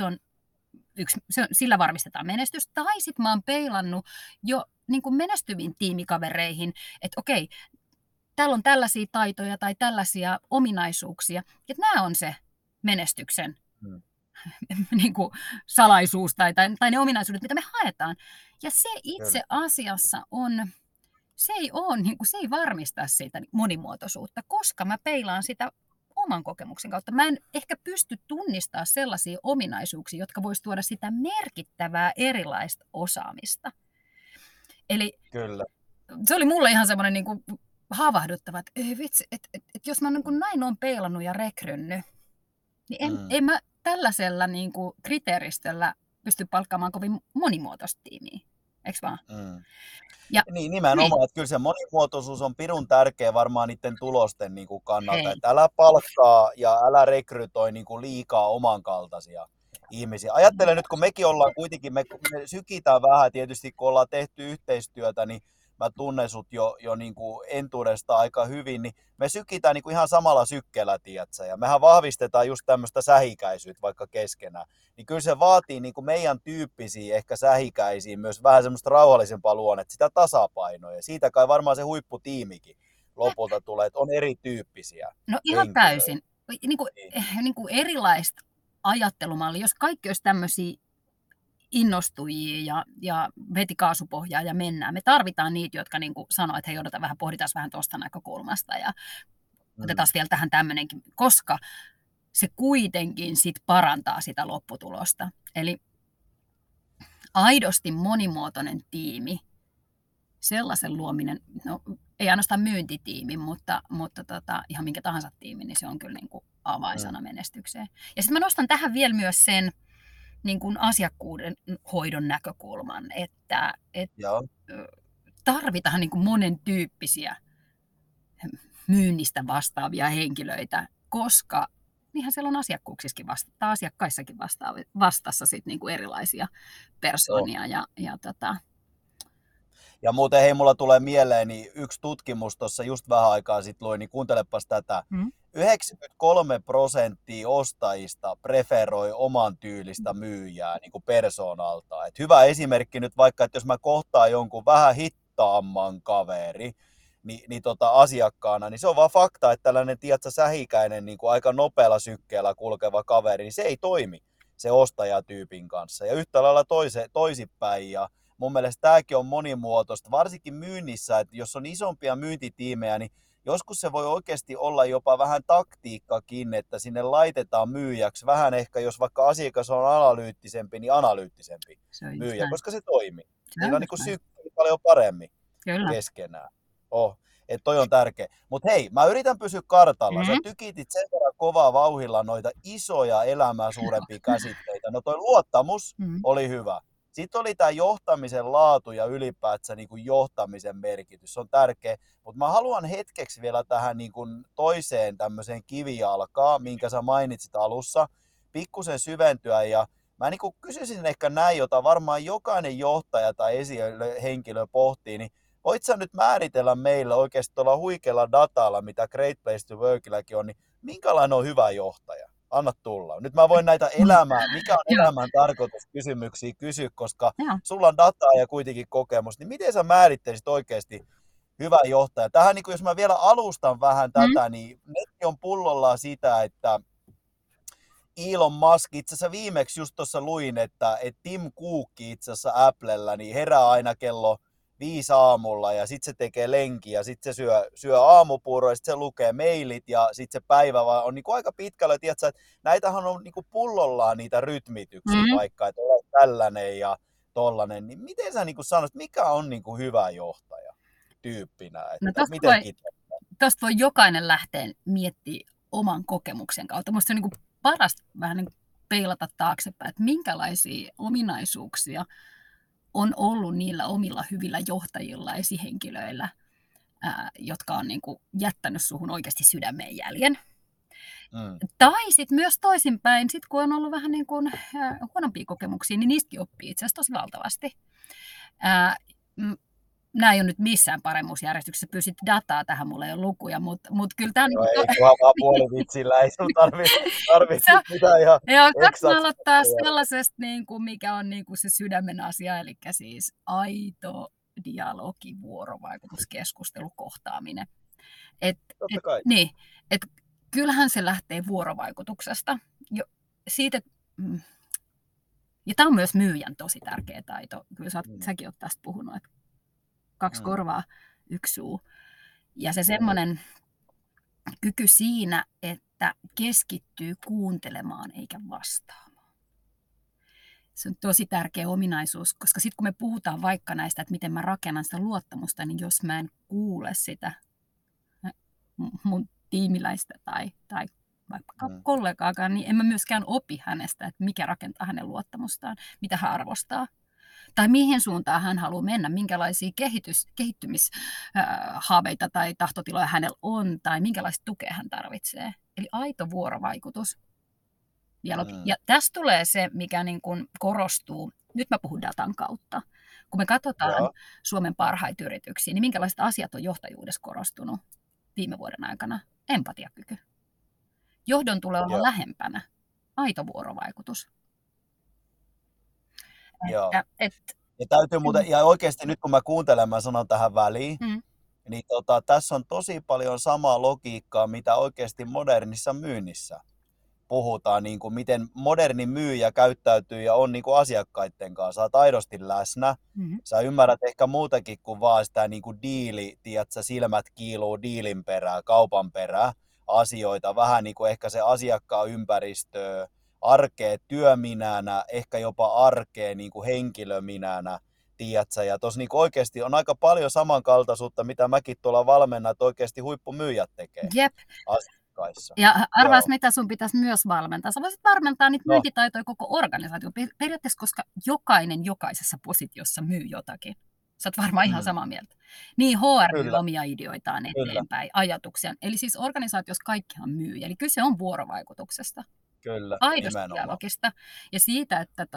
sillä varmistetaan menestys, tai sitten mä oon peilannut jo niin kuin menestyviin tiimikavereihin, että okei, täällä on tällaisia taitoja tai tällaisia ominaisuuksia, että nämä on se menestyksen niin kuin salaisuus tai ne ominaisuudet, mitä me haetaan. Ja se itse asiassa se ei varmista sitä monimuotoisuutta, koska mä peilaan sitä oman kokemuksen kautta. Mä en ehkä pysty tunnistamaan sellaisia ominaisuuksia, jotka vois tuoda sitä merkittävää erilaista osaamista. Eli se oli mulle ihan semmoinen niin kuin havahduttava, että vitsi, että jos mä niin näin on peilannut ja rekrynnyt, niin en mä tällaisella niin kuin kriteeristöllä pysty palkkaamaan kovin monimuotoista tiimiä. Eikö vaan? Niin, nimenomaan, että kyllä se monimuotoisuus on pirun tärkeä varmaan niiden tulosten niin kuin kannalta, että älä palkkaa ja älä rekrytoi niin kuin liikaa oman kaltaisia ihmisiä. Ajattelen nyt, kun mekin ollaan kuitenkin, me sykitään vähän tietysti, kun ollaan tehty yhteistyötä, niin mä tunnen sut jo niin kuin entuudesta aika hyvin, niin me sykitään niin kuin ihan samalla sykkeellä, tiedätkö? Ja mehän vahvistetaan just tämmöistä sähikäisyyttä vaikka keskenään. Niin kyllä se vaatii niin kuin meidän tyyppisiä, ehkä sähikäisiä, myös vähän semmoista rauhallisempaa luonnetta, sitä tasapainoa. Ja siitä kai varmaan se huipputiimikin lopulta tulee, että on erityyppisiä. No ihan henkilöitä. Täysin. Niin kuin erilaista ajattelumallia, jos kaikki olisi tämmöisiä innostujia ja veti kaasupohjaa ja mennään. Me tarvitaan niitä, jotka niin kuin sanoo, että hei, pohditaan vähän tuosta näkökulmasta ja otetaan vielä tähän tämmöinenkin, koska se kuitenkin sit parantaa sitä lopputulosta. Eli aidosti monimuotoinen tiimi, sellaisen luominen, no ei ainoastaan myyntitiimi, mutta ihan minkä tahansa tiimi, niin se on kyllä niin kuin avainsana menestykseen. Ja sitten mä nostan tähän vielä myös sen, niin kuin asiakkuuden hoidon näkökulman, että tarvitaan niin kuin monen tyyppisiä myynnistä vastaavia henkilöitä, koska niinhän siellä on asiakkaissakin vastassa sit niin kuin erilaisia persoonia. Ja muuten hei, mulla tulee mieleen niin yksi tutkimus tuossa just vähän aikaa sitten luin, niin kuuntelepas tätä. 93% ostajista preferoi oman tyylistä myyjää niin kuin persoonalta. Et hyvä esimerkki nyt vaikka, että jos mä kohtaan jonkun vähän hittaamman kaveri niin asiakkaana, niin se on vaan fakta, että tällainen sähikäinen niin kuin aika nopealla sykkeellä kulkeva kaveri, niin se ei toimi se ostajatyypin kanssa. Ja yhtä lailla toisinpäin. Ja mun mielestä tämäkin on monimuotoista, varsinkin myynnissä, että jos on isompia myyntitiimejä, niin joskus se voi oikeasti olla jopa vähän taktiikkakin, että sinne laitetaan myyjäksi vähän ehkä, jos vaikka asiakas on analyyttisempi, niin analyyttisempi myyjä, koska se toimii. Niillä on niin sykkii paljon paremmin keskenään. Että toi on tärkeä. Mutta hei, mä yritän pysyä kartalla. Sä tykitit sen verran kovaa vauhilla noita isoja elämää suurempia käsitteitä. No toi luottamus oli hyvä. Sitten oli tämä johtamisen laatu ja ylipäätään niin kuin johtamisen merkitys. Se on tärkeä. Mutta mä haluan hetkeksi vielä tähän niin kuin toiseen tämmöiseen kivijalkaan, minkä sä mainitsit alussa, pikkusen syventyä. Ja mä niin kuin kysyisin ehkä näin, jota varmaan jokainen johtaja tai esihenkilö pohtii, niin voit sä nyt määritellä meille oikeasti tuolla huikealla datalla, mitä Great Place to Workilläkin on, niin minkälainen on hyvä johtaja? Anna tulla. Nyt mä voin näitä mikä on Joo, elämän tarkoitus kysymyksiä kysyä, koska joo. sulla on dataa ja kuitenkin kokemus, niin miten sä määrittelisit oikeasti hyvä johtaja? Tähän, niin jos mä vielä alustan vähän Mm. tätä, niin netti on pullollaan sitä, että Elon Musk, itse asiassa viimeksi just tuossa luin, että Tim Cook itse asiassa Applella niin herää aina kello 5 aamulla ja sitten se tekee lenki ja sitten se syö aamupuuroa ja sitten se lukee mailit ja sitten se päivä vaan on niin kuin aika pitkällä, tiedätkö, että näitähän on niin kuin pullollaan niitä rytmityksiä Mm. vaikka, että olet tällainen ja tollainen, niin miten sä niin kuin sanoisit, mikä on niin kuin hyvä johtaja tyyppinä, No että miten kiteyttää? tosta voi jokainen lähteä miettimään oman kokemuksen kautta. Minusta se on niin kuin parasta vähän niin kuin peilata taaksepäin, että minkälaisia ominaisuuksia on ollut niillä omilla hyvillä johtajilla, esihenkilöillä, jotka on niin kuin jättänyt suhun oikeasti sydämeen jäljen. Tai sitten myös toisinpäin, sit kun on ollut vähän niin kuin, huonompia kokemuksia, niin niistäkin oppii itse asiassa tosi valtavasti. Nämä ei ole nyt missään paremmuusjärjestyksessä, pyysit dataa tähän, mulla ei ole lukuja, mutta kyllä tämä... No ei, vaan puolivitsillä, ei sun tarvitse mitään ihan Joo, katsotaan eksaktia. aloittaa sellaisesta, niin kuin, mikä on niin kuin se sydämen asia, eli siis aito dialogi, vuorovaikutus, keskustelu, kohtaaminen. Totta kai. Niin, kyllähän se lähtee vuorovaikutuksesta. Siitä, ja tämä on myös myyjän tosi tärkeä taito. Kyllä säkin olet tästä puhunut, että 2 korvaa, 1 suu. Ja se semmoinen kyky siinä, että keskittyy kuuntelemaan eikä vastaamaan. Se on tosi tärkeä ominaisuus, koska sitten kun me puhutaan vaikka näistä, että miten mä rakennan sitä luottamusta, niin jos mä en kuule sitä mun tiimiläistä tai vaikka kollegaakaan, niin en mä myöskään opi hänestä, että mikä rakentaa hänen luottamustaan, mitä hän arvostaa. Tai mihin suuntaan hän haluaa mennä, minkälaisia kehittymishaaveita tai tahtotiloja hänellä on, tai minkälaista tukea hän tarvitsee. Eli aito vuorovaikutus. Ja tässä tulee se, mikä niin kuin korostuu, nyt mä puhun datan kautta. Kun me katsotaan Suomen parhaita yrityksiä, niin minkälaiset asiat on johtajuudessa korostunut viime vuoden aikana? Empatiakyky. Johdon tulee olla lähempänä. Aito vuorovaikutus. Ja täytyy muuten, ja oikeasti nyt kun mä kuuntelen, mä sanon tähän väliin, niin tässä on tosi paljon samaa logiikkaa, mitä oikeasti modernissa myynnissä puhutaan, niin kuin miten moderni myyjä käyttäytyy ja on niin kuin asiakkaiden kanssa. Sä oot aidosti läsnä. Sä ymmärrät ehkä muutakin kuin vaan sitä niin kuin diili, tiedätkö, silmät kiiluu diilin perään, kaupan perään, asioita, vähän niin kuin ehkä se asiakkaan ympäristöä, arkea työminänä, ehkä jopa arkea niin kuin henkilöminänä, tiedätkö, ja tuossa niin oikeasti on aika paljon samankaltaisuutta, mitä mäkin tuolla valmennan, että oikeasti huippumyyjät tekee. Jep. Ja arvaas, mitä sun pitäisi myös valmentaa. Sä voisit valmentaa niitä myyntitaitoja koko organisaatio periaatteessa, koska jokainen jokaisessa positiossa myy jotakin. Sä oot varmaan ihan samaa mieltä. Niin HR myy omia ideoitaan eteenpäin, ajatuksia. Eli siis organisaatiossa kaikkihan myy. Eli kyse on vuorovaikutuksesta. Kyllä, aidosti dialogista. Ja siitä, että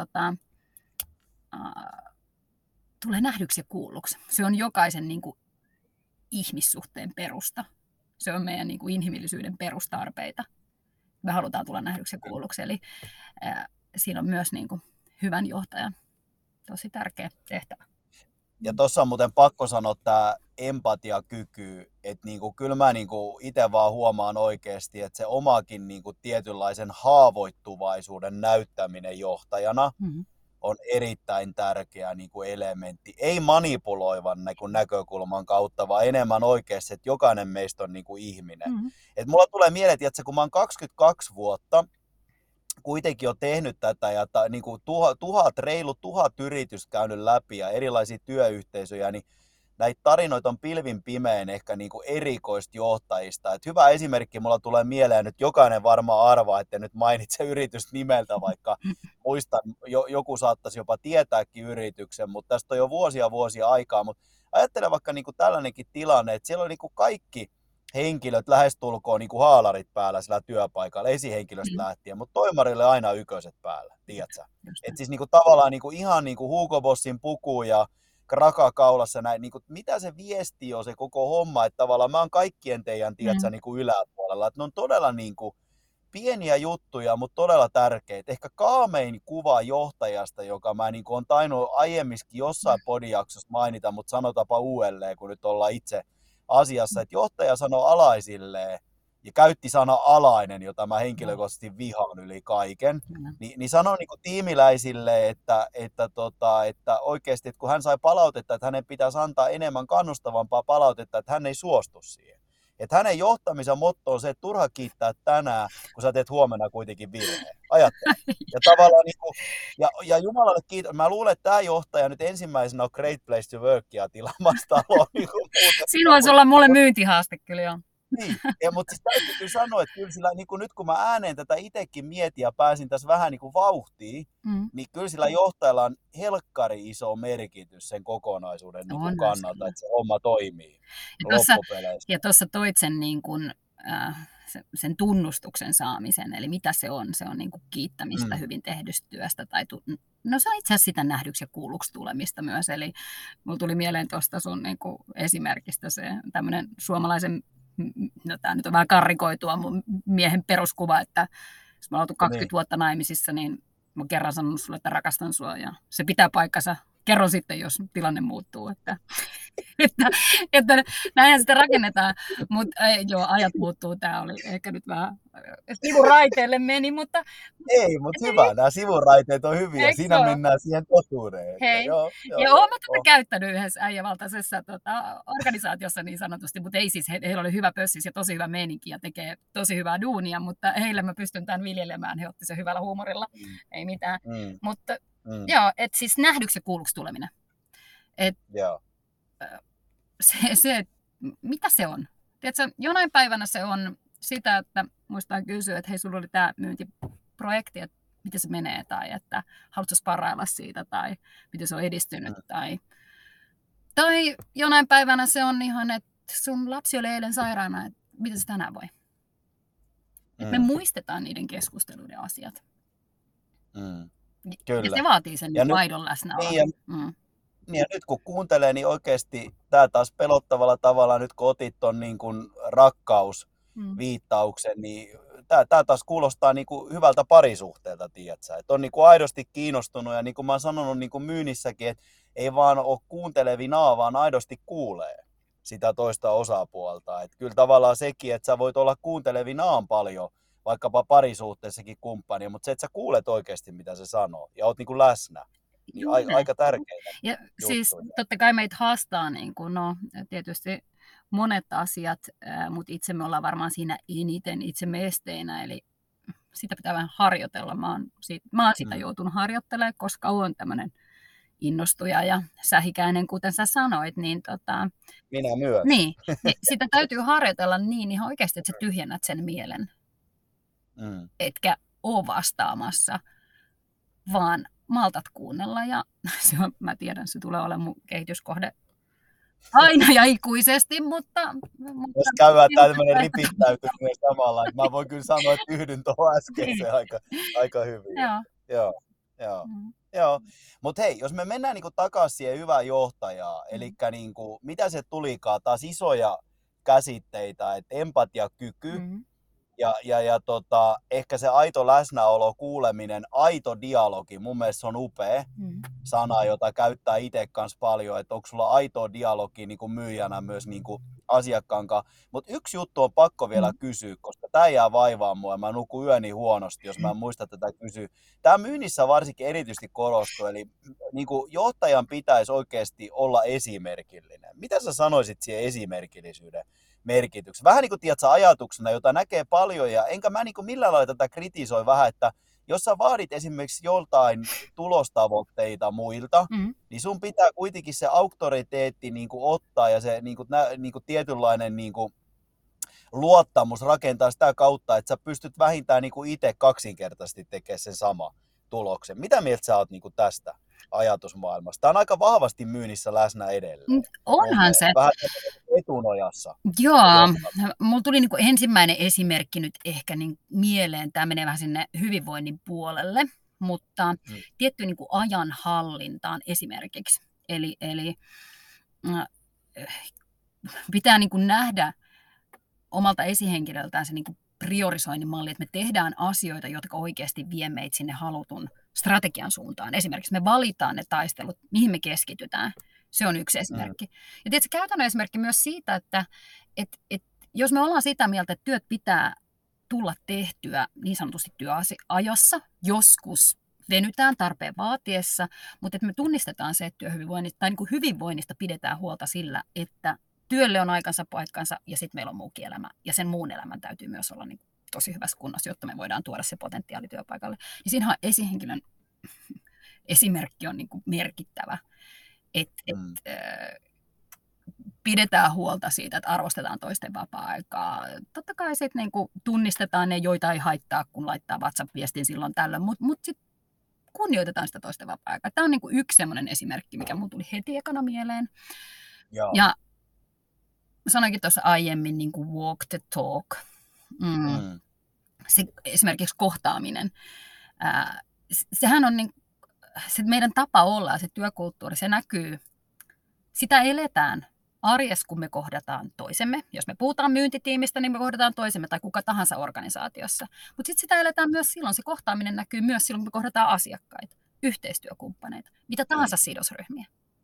tulee nähdyksi ja kuulluksi. Se on jokaisen niin kuin, ihmissuhteen perusta. Se on meidän niin kuin, inhimillisyyden perustarpeita. Me halutaan tulla nähdyksi ja kuulluksi. Eli siinä on myös niin kuin, hyvän johtajan tosi tärkeä tehtävä. Ja tuossa on muuten pakko sanoa tämä empatiakyky, että niinku, kyllä mä niinku itse vaan huomaan oikeasti, että se omakin niinku tietynlaisen haavoittuvaisuuden näyttäminen johtajana on erittäin tärkeä niinku elementti. Ei manipuloivan näkökulman kautta, vaan enemmän oikeasti, että jokainen meistä on niinku ihminen. Et mulla tulee mieleen, että kun mä oon 22 vuotta kuitenkin on tehnyt tätä ja niin kuin reilu tuhat yritystä käynyt läpi ja erilaisia työyhteisöjä, niin näitä tarinoita on pilvin pimeän ehkä niin kuin erikoista johtajista. Et hyvä esimerkki mulla tulee mieleen, nyt jokainen varmaan arvaa, että nyt mainitse yritystä nimeltä, vaikka muistan, joku saattaisi jopa tietääkin yrityksen, mutta tästä on jo vuosia aikaa. Mutta ajattelen vaikka niin kuin tällainenkin tilanne, että siellä on niin kuin kaikki henkilöt lähestulkoon niin kuin haalarit päällä sillä työpaikalla, esihenkilöstä lähtien, mutta toimarille aina yköset päällä, tiedätkö? Että siis niin kuin, tavallaan niin kuin, ihan niin kuin Hugo Bossin puku ja kraka kaulassa näin, niin kuin, mitä se viesti on se koko homma, että tavallaan mä oon kaikkien teidän, tiedätkö, niin kuin yläpuolella, että ne on todella niin kuin pieniä juttuja, mutta todella tärkeitä. Ehkä kaamein kuva johtajasta, joka mä niin olen tainnut aiemminkin jossain podijaksossa mainita, mutta sanotaanpa uudelleen, kun nyt ollaan itse asiassa, että johtaja sanoi alaisilleen, ja käytti sana alainen, jota mä henkilökohtaisesti vihaan yli kaiken, niin sanoi niin kuin tiimiläisille, että oikeasti, että kun hän sai palautetta, että hänen pitäisi antaa enemmän kannustavampaa palautetta, että hän ei suostu siihen. Että hänen johtamisen motto on se, että turha kiittää tänään, kun sä teet huomenna kuitenkin virheen. Ajattele. Ja tavallaan niin kuin, ja Jumalalle kiitos. Mä luulen, että tämä johtaja nyt ensimmäisenä on Great Place to Workia tilaamassa taloa. Niin siinä voisi olla mulle myyntihaaste kyllä joo. Niin, mutta siis täytyy kyllä sanoa, että kyllä sillä, niin kuin nyt kun mä ääneen tätä itsekin mietin ja pääsin tässä vähän niin kuin vauhtiin, niin kyllä sillä johtajalla on helkkari iso merkitys sen kokonaisuuden niin kuin kannalta, että se homma toimii loppupeleissä. Ja tuossa toit sen, niin kuin, sen tunnustuksen saamisen, eli mitä se on niin kuin kiittämistä hyvin tehdystä työstä, tai no se on itse asiassa sitä nähdyksi ja kuulluksi tulemista myös, eli mulla tuli mieleen tuosta sun niin kuin esimerkistä se tämmöinen suomalaisen, no tämä nyt on vähän karrikoitua mun miehen peruskuva, että jos mä oon 20 vuotta naimisissa, niin mä oon kerran sanonut sulle, että rakastan sua ja se pitää paikkansa. Kerro sitten, jos tilanne muuttuu. Että näinhän sitä rakennetaan, mutta joo, ajat muuttuu. Tämä oli ehkä nyt vähän sivuraiteelle meni, mutta... Ei, mutta hyvä. Nämä sivuraiteet on hyviä. Eikö siinä mennään siihen totuuteen. Hei. Ja olen tätä käyttänyt yhdessä äijävaltaisessa organisaatiossa niin sanotusti, mutta ei siis, heillä oli hyvä pössis ja tosi hyvä meininki ja tekee tosi hyvää duunia, mutta heille mä pystyn tämän viljelemään. He otti sen hyvällä huumorilla, ei mitään. Mutta joo, että siis nähdyksi ja kuulluksi tuleminen. Se, mitä se on? Tiedätkö, jonain päivänä se on sitä, että muistan kysyä, että hei, sulla oli tämä myyntiprojekti, että miten se menee, tai että haluatko sparrailla siitä, tai miten se on edistynyt, tai jonain päivänä se on ihan, että sun lapsi oli eilen sairaana, että miten se tänään voi. Että me muistetaan niiden keskusteluiden asiat. Kyllä. Ja se vaatii sen aidon läsnäolon. Niin ja nyt kun kuuntelee, niin oikeasti tämä taas pelottavalla tavalla, nyt kun otit ton niin kuin rakkausviittauksen, niin tämä taas kuulostaa niin kuin hyvältä parisuhteelta, tiedätkö? Että on niin kuin aidosti kiinnostunut ja niin kuin mä oon sanonut niin kuin myynnissäkin, että ei vaan ole kuuntelevinaa, vaan aidosti kuulee sitä toista osapuolta. Että kyllä tavallaan sekin, että sä voit olla kuuntelevinaan paljon, vaikkapa parisuhteessakin kumppania, mutta se, että sä kuulet oikeasti, mitä se sanoo ja oot niin kuin läsnä. Niin aika tärkeitä ja siis totta kai meitä haastaa niin kuin, tietysti monet asiat, mutta itse me ollaan varmaan siinä eniten itsemme esteinä, eli sitä pitää vähän harjoitella. Mä oon sitä joutunut harjoittelemaan, koska olen tämmöinen innostuja ja sähikäinen, kuten sä sanoit. Niin, minä myös. Niin, sitä täytyy harjoitella niin ihan oikeasti, että sä tyhjennät sen mielen, etkä ole vastaamassa, vaan maltat kuunnella ja mä tiedän, se tulee olemaan mun kehityskohde aina ja ikuisesti, mutta jos käydään tämmöinen ripittäytyminen samalla, että mä voin kyllä sanoa, että yhdyn tuohon äskeiseen aika hyvin. Joo. Mutta hei, jos me mennään niinku takaisin siihen hyvään johtajaan, eli niinku, mitä se tulikaan, taas isoja käsitteitä, että empatiakyky, ja ehkä se aito läsnäolo, kuuleminen, aito dialogi, mun mielestä se on upea sana, jota käyttää itse kanssa paljon, että onko sulla aitoa dialogia niin kuin myyjänä myös niin kuin asiakkaan kanssa. Mutta yksi juttu on pakko vielä kysyä, koska tämä jää vaivaan mua ja mä nukun yöni huonosti, jos mä en muista tätä kysyä. Tämä myynnissä varsinkin erityisesti korostuu, eli niin kuin johtajan pitäisi oikeasti olla esimerkillinen. Mitä sä sanoisit siihen esimerkillisyyden merkityksen? Vähän niin kuin tiedätkö, ajatuksena, jota näkee paljon, ja enkä mä niin kuin millään lailla tätä kritisoi vähän, että jos sä vaadit esimerkiksi joltain tulostavoitteita muilta, niin sun pitää kuitenkin se auktoriteetti niin kuin ottaa ja se niin kuin tietynlainen niin kuin luottamus rakentaa sitä kautta, että sä pystyt vähintään niin kuin itse kaksinkertaisesti tekemään sen sama tuloksen. Mitä mieltä sä oot niin kuin tästä ajatusmaailmasta? Tämä on aika vahvasti myynnissä läsnä edelleen. Onhan se. Vähän etunojassa. Joo, mulla tuli niin kuin ensimmäinen esimerkki nyt ehkä niin mieleen, tämä menee vähän sinne hyvinvoinnin puolelle, mutta tietty niin kuin ajanhallintaan esimerkiksi. Eli pitää niin kuin nähdä omalta esihenkilöltään se niin kuin priorisoinnin malli, että me tehdään asioita, jotka oikeasti vie meitä sinne halutun strategian suuntaan. Esimerkiksi me valitaan ne taistelut, mihin me keskitytään. Se on yksi esimerkki. Ja tietysti käytännön esimerkki myös siitä, että jos me ollaan sitä mieltä, että työt pitää tulla tehtyä niin sanotusti työajassa, joskus venytään tarpeen vaatiessa, mutta että me tunnistetaan se, että työhyvinvoinnista tai niin kuin hyvinvoinnista pidetään huolta sillä, että työlle on aikansa paikkansa ja sitten meillä on muukin elämä. Ja sen muun elämän täytyy myös olla niin tosi hyvässä kunnossa, jotta me voidaan tuoda se potentiaali työpaikalle. Ja siinähän esihenkilön esimerkki on niin kuin merkittävä, että pidetään huolta siitä, että arvostetaan toisten vapaa-aikaa. Totta kai sitten niin kuin tunnistetaan ne, joita ei haittaa, kun laittaa WhatsApp-viestin silloin tällöin, mutta sitten kunnioitetaan sitä toisten vapaa-aikaa. Tämä on niin kuin yksi sellainen esimerkki, mikä mun tuli heti ekana mieleen. Joo. Ja sanoinkin tuossa aiemmin niin kuin walk the talk. Se, esimerkiksi kohtaaminen. Sehän on niin, se meidän tapa olla ja se työkulttuuri, se näkyy, sitä eletään arjessa, kun me kohdataan toisemme. Jos me puhutaan myyntitiimistä, niin me kohdataan toisemme tai kuka tahansa organisaatiossa. Mutta sitten sitä eletään myös silloin, se kohtaaminen näkyy myös silloin, kun me kohdataan asiakkaita, yhteistyökumppaneita, mitä tahansa sidosryhmiä.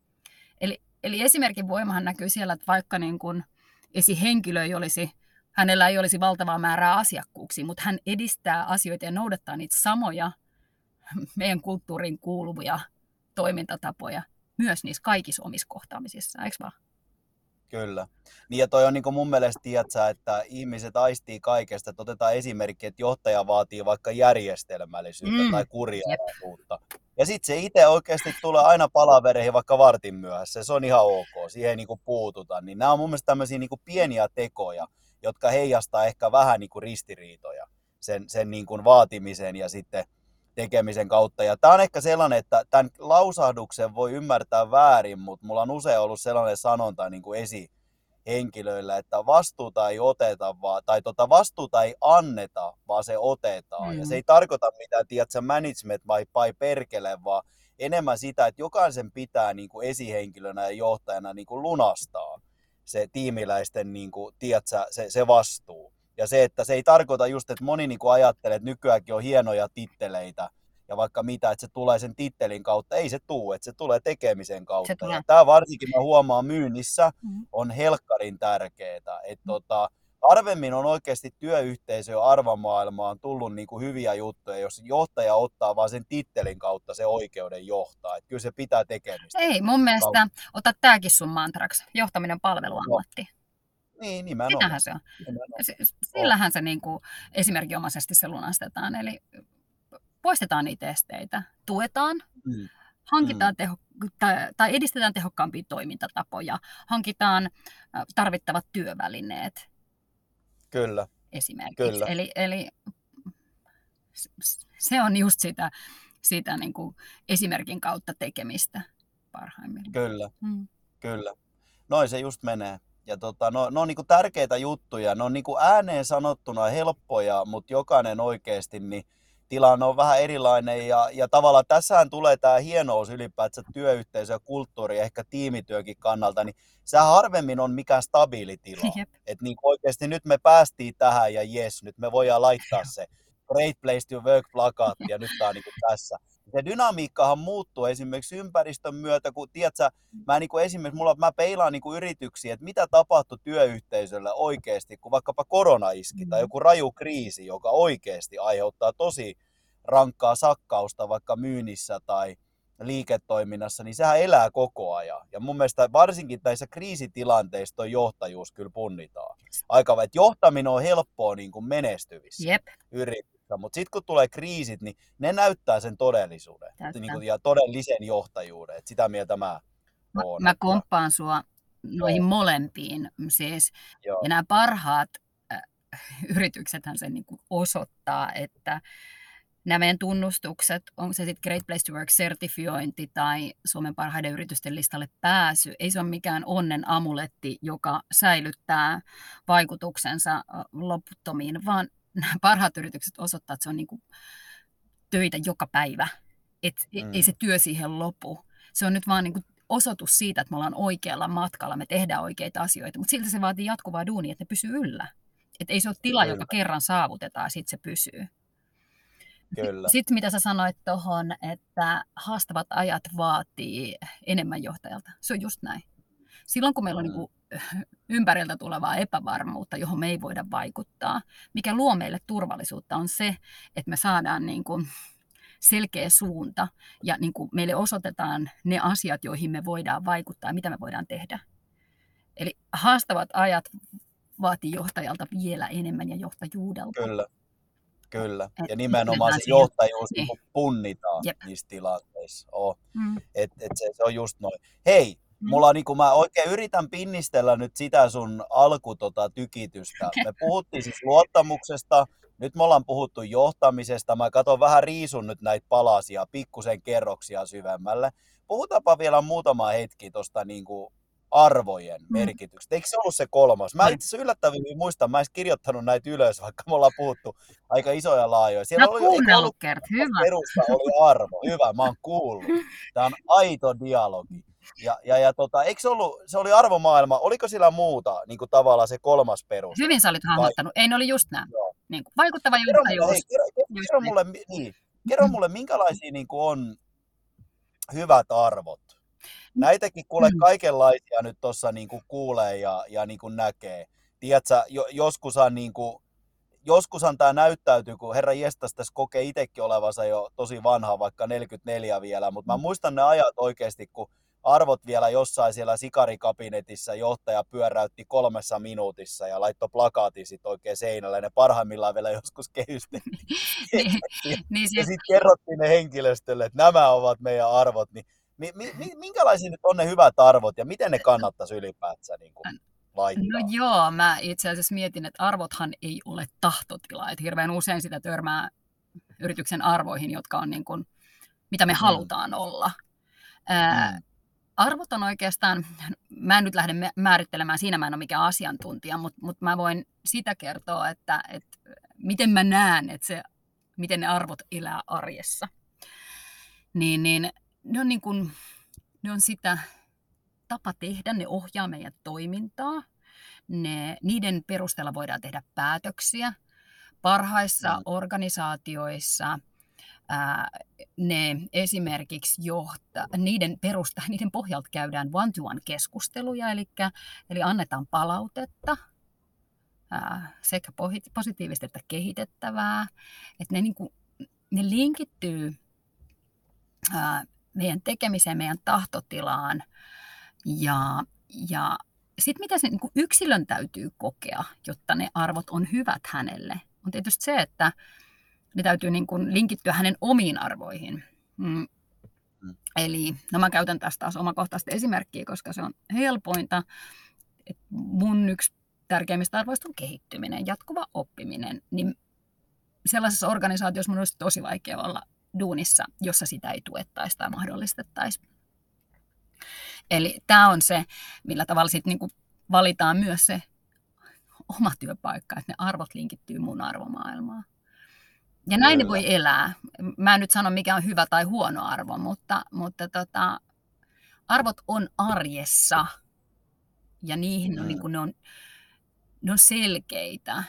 Eli esimerkin voimahan näkyy siellä, että vaikka niin kun esihenkilö hänellä ei olisi valtavaa määrää asiakkuuksia, mutta hän edistää asioita ja noudattaa niitä samoja meidän kulttuuriin kuuluvia toimintatapoja myös niissä kaikissa omissa kohtaamisissa, eikö vaan? Kyllä. Niin ja toi on niin kuin mun mielestä, tiedätkö, että ihmiset aistii kaikesta, että otetaan esimerkki, että johtaja vaatii vaikka järjestelmällisyyttä tai kurialaisuutta. Ja sitten se itse oikeasti tulee aina palavereihin vaikka vartin myöhässä, se on ihan ok, siihen ei niin kuin puututa. Niin nämä on mun mielestä tämmöisiä niin kuin pieniä tekoja, jotka heijastaa ehkä vähän niin kuin ristiriitoja sen niin kuin vaatimisen ja sitten tekemisen kautta. Ja tämä on ehkä sellainen, että tämän lausahduksen voi ymmärtää väärin, mutta mulla on usein ollut sellainen sanonta niin kuin esihenkilöillä, että vastuuta ei oteta, vastuuta ei anneta, vaan se otetaan. Ja se ei tarkoita mitään, tiedätkö, management by perkele, vaan enemmän sitä, että jokaisen pitää niin kuin esihenkilönä ja johtajana niin kuin lunastaa se tiimiläisten niin kuin, tiedätkö, se vastuu. Ja se, että se ei tarkoita just, että moni niin kuin ajattelee, että nykyäänkin on hienoja titteleitä ja vaikka mitä, että se tulee sen tittelin kautta. Ei se tule, että se tulee tekemisen kautta. Ja tämä varsinkin mä huomaan myynnissä on helkkarin tärkeää. Että harvemmin on oikeasti työyhteisö ja arvomaailmaan tullut niin kuin hyviä juttuja, jos johtaja ottaa vaan sen tittelin kautta se oikeuden johtaa. Että kyllä se pitää tekemistä. Ei, mun mielestä ota tämäkin sun mantraksi. Johtaminen palveluammatti. Niin, nimenomaan. Sitähän se on. Sillähän se niin kuin esimerkinomaisesti se lunastetaan. Eli poistetaan niitä esteitä, tuetaan, hankitaan tai edistetään tehokkaampia toimintatapoja, hankitaan tarvittavat työvälineet. Kyllä. Esimerkiksi. Kyllä. Eli se on just sitä niin kuin esimerkin kautta tekemistä parhaimmillaan. Kyllä. Noin se just menee. Ja ne on niinku tärkeitä juttuja, ne on niinku ääneen sanottuna helppoja, mutta jokainen oikeasti niin tilanne on vähän erilainen ja tavallaan tässähän tulee tämä hienous ylipäätään työyhteisö ja kulttuuri ehkä tiimityökin kannalta, niin se harvemmin on mikään stabiili tila. Että niinku oikeasti nyt me päästiin tähän ja jes, nyt me voidaan laittaa se Great Place to Work -plakaatti ja nyt tämä on niinku tässä. Se dynamiikkahan muuttuu esimerkiksi ympäristön myötä, kun tiedätkö, mä peilaan niinku yrityksiä, että mitä tapahtui työyhteisöllä oikeasti, kun vaikkapa korona iski tai joku raju kriisi, joka oikeasti aiheuttaa tosi rankkaa sakkausta vaikka myynnissä tai liiketoiminnassa, niin sehän elää koko ajan. Ja mun mielestä varsinkin näissä kriisitilanteissa toi johtajuus kyllä punnitaan. Että johtaminen on helppoa niin kuin menestyvissä yrityksissä. Mutta sitten kun tulee kriisit, niin ne näyttää sen todellisuuden ja todellisen johtajuuden. Et sitä mieltä mä oon. Mä komppaan sua noihin molempiin. Siis, ja nämä parhaat yrityksethän sen niin kuin osoittaa, että nämä meidän tunnustukset, onko se sitten Great Place to Work-sertifiointi tai Suomen parhaiden yritysten listalle pääsy, ei se ole mikään onnen amuletti, joka säilyttää vaikutuksensa loputtomiin, vaan nämä parhaat yritykset osoittaa, että se on niin kuin töitä joka päivä, että ei se työ siihen lopu. Se on nyt vaan niin kuin osoitus siitä, että me ollaan oikealla matkalla, me tehdään oikeita asioita, mutta silti se vaatii jatkuvaa duunia, että ne pysyy yllä. Että ei se ole tila, joka Kyllä, kerran saavutetaan, sitten se pysyy. kyllä. Sitten mitä sä sanoit tuohon, että haastavat ajat vaatii enemmän johtajalta. Se on just näin. Silloin kun meillä on niin Mm, kuin ympäriltä tulevaa epävarmuutta, johon me ei voida vaikuttaa, mikä luo meille turvallisuutta, on se, että me saadaan niin kuin selkeä suunta ja niin kuin meille osoitetaan ne asiat, joihin me voidaan vaikuttaa ja mitä me voidaan tehdä. Eli haastavat ajat vaatii johtajalta vielä enemmän ja johtajuudelta. kyllä, kyllä. Ja Nyt nimenomaan mennään se siihen. johtajuus niin Niin. kuin punnitaan Jep. niissä tilanteissa. Oh. Mm. Se on just noin. Hei, mulla on, niin kuin mä oikein yritän pinnistellä nyt sitä sun tykitystä. Me puhuttiin siis luottamuksesta, nyt me ollaan puhuttu johtamisesta. Mä katson vähän riisun nyt näitä palasia, pikkusen kerroksia syvemmälle. Puhutaanpa vielä muutama hetki tuosta niin kuin arvojen merkityksestä. Eikö se ollut se kolmas? Mä itse asiassa yllättävän muistan, mä en edes kirjoittanut näitä ylös, vaikka me ollaan puhuttu aika isoja laajoja. Siellä No oli, eikö kuunnellut, ollut Kert, hyvä. perusta oli arvo. Hyvä, mä oon kuullut. Tämä on aito dialogi. Eikö se oli arvomaailma, oliko sillä muuta niin kuin tavallaan se kolmas perusta? Hyvin sä olit hahmottanut. Ei, ne oli just nämä. Joo. Niin kuin vaikuttava Kerro mulle, johtajuus. kerro mulle, minkälaisia niin kuin on hyvät arvot? Näitäkin kuule kaikenlaisia nyt tuossa niin kuin kuulee ja niin kuin näkee. Tiedätkö, joskushan tämä näyttäytyy, kun herra jestas tässä kokee itsekin olevansa jo tosi vanha, vaikka 44 vielä, mutta mä muistan ne ajat oikeasti, kun arvot vielä jossain siellä sikarikabinetissa johtaja pyöräytti 3 minuutissa ja laittoi plakaatin sitten oikein seinälle, ne parhaimmillaan vielä joskus kehystettiin. Niin Ja siis, sitten kerrottiin ne henkilöstölle, että nämä ovat meidän arvot, niin minkälaisia nyt on ne hyvät arvot ja miten ne kannattaisi ylipäätään niin kuin laittaa? no joo, mä itse asiassa mietin, että arvothan ei ole tahtotila. Että hirveän usein sitä törmää yrityksen arvoihin, jotka on niin kuin, mitä me halutaan olla. Arvot on oikeastaan, mä en nyt lähde määrittelemään, siinä mä en ole mikään asiantuntija, mutta mä voin sitä kertoa, että miten mä näen, että miten ne arvot elää arjessa. Niin ne on, niin kuin, ne on sitä tapa tehdä, ne ohjaa meidän toimintaa, niiden perusteella voidaan tehdä päätöksiä. Parhaissa organisaatioissa ne esimerkiksi niiden pohjalta käydään one-to-one keskusteluja, eli annetaan palautetta, sekä positiivista että kehitettävää. Että ne linkittyy meidän tekemiseen, meidän tahtotilaan ja sitten mitä se niin kuin yksilön täytyy kokea, jotta ne arvot on hyvät hänelle, on tietysti se, että ne täytyy niin kuin linkittyä hänen omiin arvoihin. Eli mä käytän tästä taas omakohtaista esimerkkiä, koska se on helpointa. Et mun yksi tärkeimmistä arvoista on kehittyminen, jatkuva oppiminen. Niin sellaisessa organisaatiossa mun olisi tosi vaikea olla duunissa, jossa sitä ei tuettaisi tai mahdollistettaisi. Eli tämä on se, millä tavalla sitten niinku valitaan myös se oma työpaikka, että ne arvot linkittyy mun arvomaailmaan. Ja näin ne voi elää. Mä en nyt sano, mikä on hyvä tai huono arvo, mutta arvot on arjessa ja niihin on, niin kuin ne on selkeitä.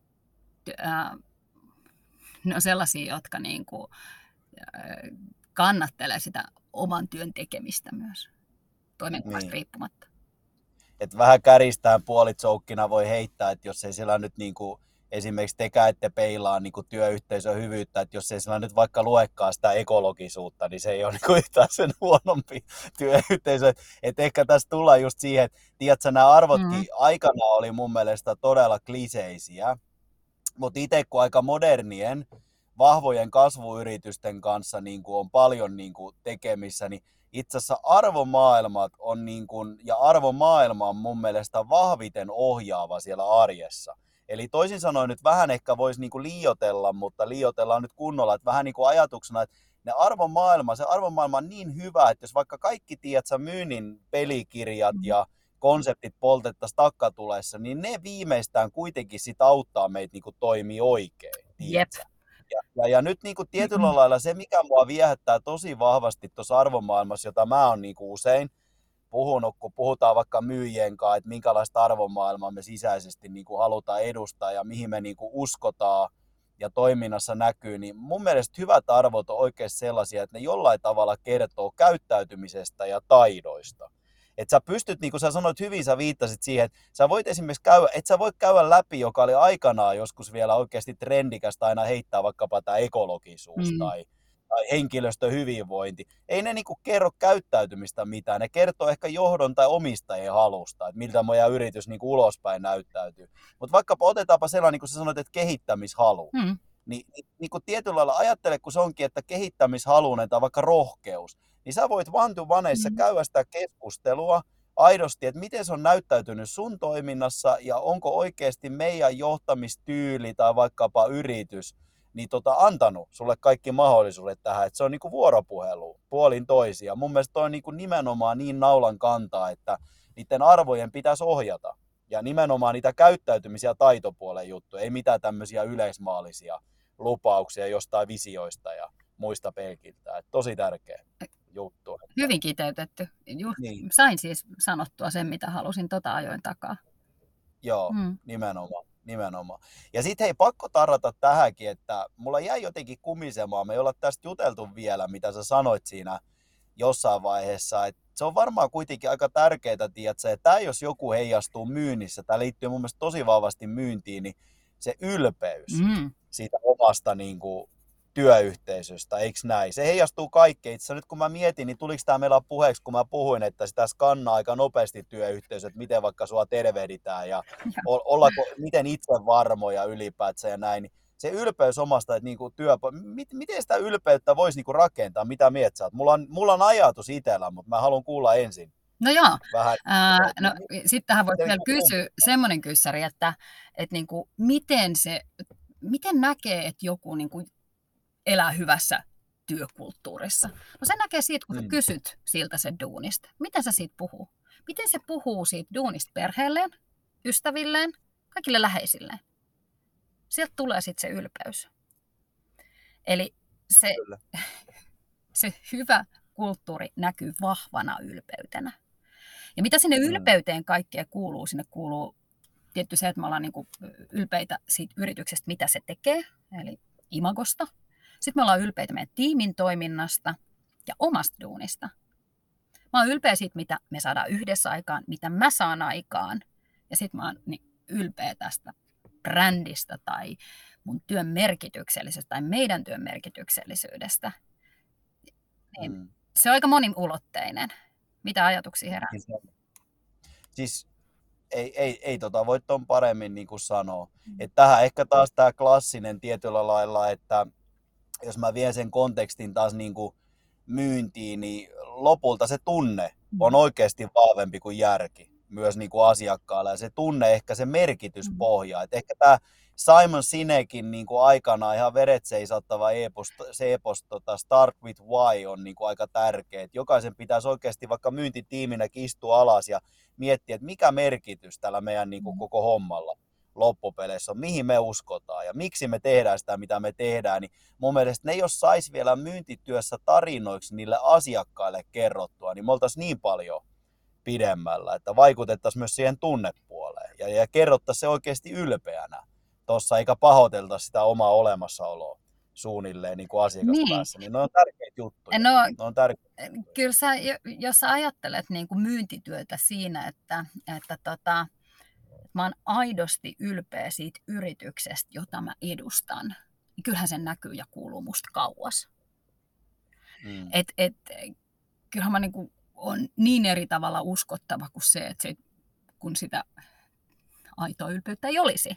Ne on sellaisia, jotka niin kuin kannattelee sitä oman työn tekemistä myös toimenkuvasta riippumatta. Et vähän käristään puolitsoukkina voi heittää, että jos ei siellä nyt niinku, esimerkiksi tekää ette peilaa niinku työyhteisön hyvyyttä, että jos ei siellä nyt vaikka luekaan sitä ekologisuutta, niin se ei ole niinku yhtään sen huonompi työyhteisö. Et ehkä tässä tullaan just siihen, että tiedätkö, nämä arvotkin aikana oli mun mielestä todella kliseisiä, mutta itse kun aika modernien, vahvojen kasvuyritysten kanssa niin kuin on paljon niin kuin tekemissä, niin itse asiassa arvomaailmat on niin kuin, ja arvomaailma on mun mielestä vahviten ohjaava siellä arjessa. Eli toisin sanoen nyt vähän ehkä voisi niin kuin liioitella, mutta liioitellaan nyt kunnolla, että vähän niin kuin ajatuksena, että se arvomaailma on niin hyvä, että jos vaikka kaikki tiedätkö, myynnin pelikirjat ja konseptit poltettaisiin takkatulessa, niin ne viimeistään kuitenkin sit auttaa meitä niin kuin toimii oikein. Ja nyt niin kuin tietyllä lailla se, mikä mua viehättää tosi vahvasti tuossa arvomaailmassa, jota mä oon niin kuin usein puhunut, kun puhutaan vaikka myyjien kanssa, että minkälaista arvomaailmaa me sisäisesti niin kuin halutaan edustaa ja mihin me niin kuin uskotaan ja toiminnassa näkyy, niin mun mielestä hyvät arvot on oikeasti sellaisia, että ne jollain tavalla kertoo käyttäytymisestä ja taidoista. Että sä pystyt, niin kuin sä sanoit hyvin, sä viittasit siihen, että sä voit esimerkiksi käydä, että sä voit käydä läpi, joka oli aikanaan joskus vielä oikeasti trendikästä aina heittää vaikkapa tämä ekologisuus tai henkilöstön hyvinvointi. Ei ne niinku kerro käyttäytymistä mitään, ne kertoo ehkä johdon tai omistajien halusta, että miltä meidän yritys niinku ulospäin näyttäytyy. Mutta vaikkapa otetaanpa sellainen, niin kuin sä sanoit, että kehittämishalu. Niin kuin tietyllä lailla ajattele, kun se onkin, että kehittämishalunen tai vaikka rohkeus, niin sä voit one-to-oneissa käydä sitä keskustelua aidosti, että miten se on näyttäytynyt sun toiminnassa ja onko oikeasti meidän johtamistyyli tai vaikkapa yritys niin antanut sulle kaikki mahdollisuudet tähän, että se on niinku vuoropuhelu puolin toisia. Mun mielestä toi on niinku nimenomaan niin naulan kantaa, että niiden arvojen pitäisi ohjata ja nimenomaan niitä käyttäytymisiä taitopuolen juttuja, ei mitään tämmöisiä yleismaallisia lupauksia jostain visioista ja muista pelkiltä. Tosi tärkeä juttu. Hyvin kiteytetty. Niin. Sain siis sanottua sen, mitä halusin ajoin takaa. Joo, nimenomaan. Ja sitten hei, pakko tarrata tähänkin, että mulla jäi jotenkin kumisemaan, me ei olla tästä juteltu vielä, mitä sä sanoit siinä jossain vaiheessa, että se on varmaan kuitenkin aika tärkeää, tiedätkö, että tämä jos joku heijastuu myynnissä, tämä liittyy mun mielestä tosi vahvasti myyntiin, niin se ylpeys siitä omasta niin kuin työyhteisöstä, eikö näin? Se heijastuu kaikkeen. Itse nyt kun mä mietin, niin tuliko tämä meillä puheeksi, kun mä puhuin, että sitä skannaa aika nopeasti työyhteisö, että miten vaikka sua tervehditään ja ollaanko miten itse varmoja ylipäätään ja näin. Se ylpeys omasta, että niinku miten sitä ylpeyttä voisi niinku rakentaa, mitä mietit sä? Mulla on ajatus itsellä, mutta mä haluan kuulla ensin. No joo, no sittenhän voisi vielä kysyä semmoinen kyssäri, että niinku, miten näkee, että joku niinku elää hyvässä työkulttuurissa. No se näkee siitä, kun sä kysyt siltä sen duunista. Miten se siitä puhuu? Miten se puhuu siitä duunista perheelleen, ystävilleen, kaikille läheisilleen? Sieltä tulee sitten se ylpeys. Eli se hyvä kulttuuri näkyy vahvana ylpeytenä. Ja mitä sinne ylpeyteen kaikkea kuuluu? Sinne kuuluu tietty se, että me ollaan niinku ylpeitä siitä yrityksestä, mitä se tekee, eli imagosta. Sitten me ollaan ylpeitä meidän tiimin toiminnasta ja omasta duunista. Mä oon ylpeä siitä, mitä me saadaan yhdessä aikaan, mitä mä saan aikaan. Ja sitten mä oon ylpeä tästä brändistä tai mun työn merkityksellisyydestä tai meidän työn merkityksellisyydestä. Niin se on aika moniulotteinen. Mitä ajatuksia herää? Siis ei voi ton paremmin niin kuin sanoa. Että tähän ehkä taas tämä klassinen tietyllä lailla, että jos mä vien sen kontekstin taas niin kuin myyntiin, niin lopulta se tunne on oikeasti vahvempi kuin järki myös niin kuin asiakkaalla. Ja se tunne, ehkä se merkityspohja. Että ehkä tämä Simon Sinekin niin kuin aikanaan ihan veret seisattava epos Start with Why on niin kuin aika tärkeä. Että jokaisen pitäisi oikeasti vaikka myyntitiiminäkin istua alas ja miettiä, että mikä merkitys tällä meidän niin kuin koko hommalla loppupeleissä on, mihin me uskotaan ja miksi me tehdään sitä, mitä me tehdään, niin mun mielestä ne, jos sais vielä myyntityössä tarinoiksi niille asiakkaille kerrottua, niin me oltaisiin niin paljon pidemmällä, että vaikutettaisiin myös siihen tunnepuoleen ja kerrottaisiin se oikeasti ylpeänä tuossa, eikä pahoitelta sitä omaa olemassaoloa suunnilleen niin kuin asiakaspäässä, niin ne on tärkeitä juttuja. No, kyllä sä, jos sä ajattelet niin kuin myyntityötä siinä, että mä oon aidosti ylpeä siitä yrityksestä, jota mä edustan, niin kyllähän se näkyy ja kuuluu musta kauas. Kyllähän mä niinku on niin eri tavalla uskottava kuin se, että kun sitä aitoa ylpeyttä ei olisi.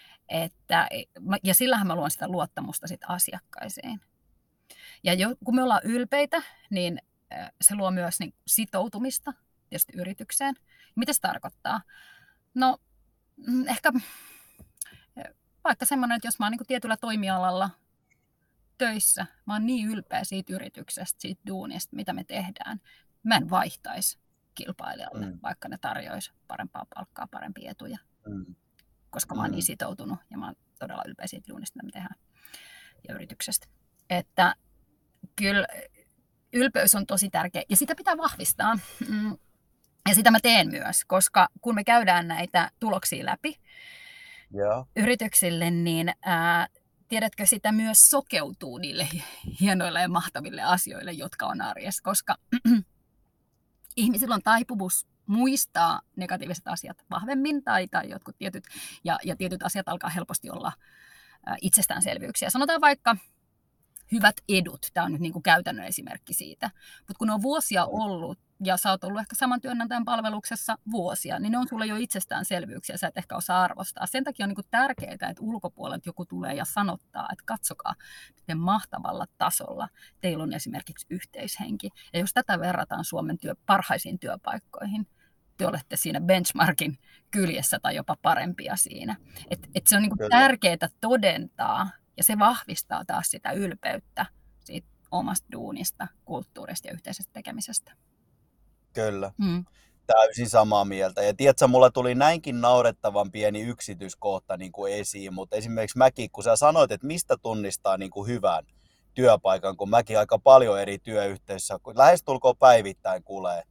Ja sillähän mä luon sitä luottamusta sit asiakkaisiin. Ja kun me ollaan ylpeitä, niin se luo myös niin sitoutumista tietysti yritykseen. Mitä se tarkoittaa? No, ehkä vaikka semmoinen, että jos mä oon niin tietyllä toimialalla töissä, mä oon niin ylpeä siitä yrityksestä, siitä duunista, mitä me tehdään. Mä en vaihtaisi kilpailijalle, vaikka ne tarjoisi parempaa palkkaa, parempia etuja. Koska mä oon niin sitoutunut ja mä oon todella ylpeä siitä duunista, mitä me tehdään ja yrityksestä. Että kyllä ylpeys on tosi tärkeä ja sitä pitää vahvistaa. Ja sitä mä teen myös, koska kun me käydään näitä tuloksia läpi Joo. yrityksille, niin tiedätkö, sitä myös sokeutuu niille hienoille ja mahtaville asioille, jotka on arjessa, koska ihmisillä on taipumus muistaa negatiiviset asiat vahvemmin tai jotkut tietyt, ja tietyt asiat alkaa helposti olla itsestäänselvyyksiä. Sanotaan vaikka hyvät edut. Tämä on nyt niin kuin käytännön esimerkki siitä. Mutta kun ne on vuosia ollut, ja sä oot ollut ehkä saman työnantajan palveluksessa vuosia, niin ne on sulle jo itsestäänselvyyksiä, sä et ehkä osaa arvostaa. Sen takia on niin kuin tärkeää, että ulkopuolelta joku tulee ja sanottaa, että katsokaa, miten mahtavalla tasolla teillä on esimerkiksi yhteishenki. Ja jos tätä verrataan Suomen parhaisiin työpaikkoihin, te olette siinä benchmarkin kyljessä tai jopa parempia siinä. Et se on niin kuin tärkeää todentaa, ja se vahvistaa taas sitä ylpeyttä siitä omasta duunista, kulttuurista ja yhteisestä tekemisestä. Kyllä, täysin samaa mieltä. Ja tiedätkö, mulla tuli näinkin naurettavan pieni yksityiskohta niin kuin esiin, mutta esimerkiksi mäkin, kun sä sanoit, että mistä tunnistaa niin kuin hyvän työpaikan, kun mäkin aika paljon eri työyhteisöissä, kun lähestulkoon päivittäin kuulee,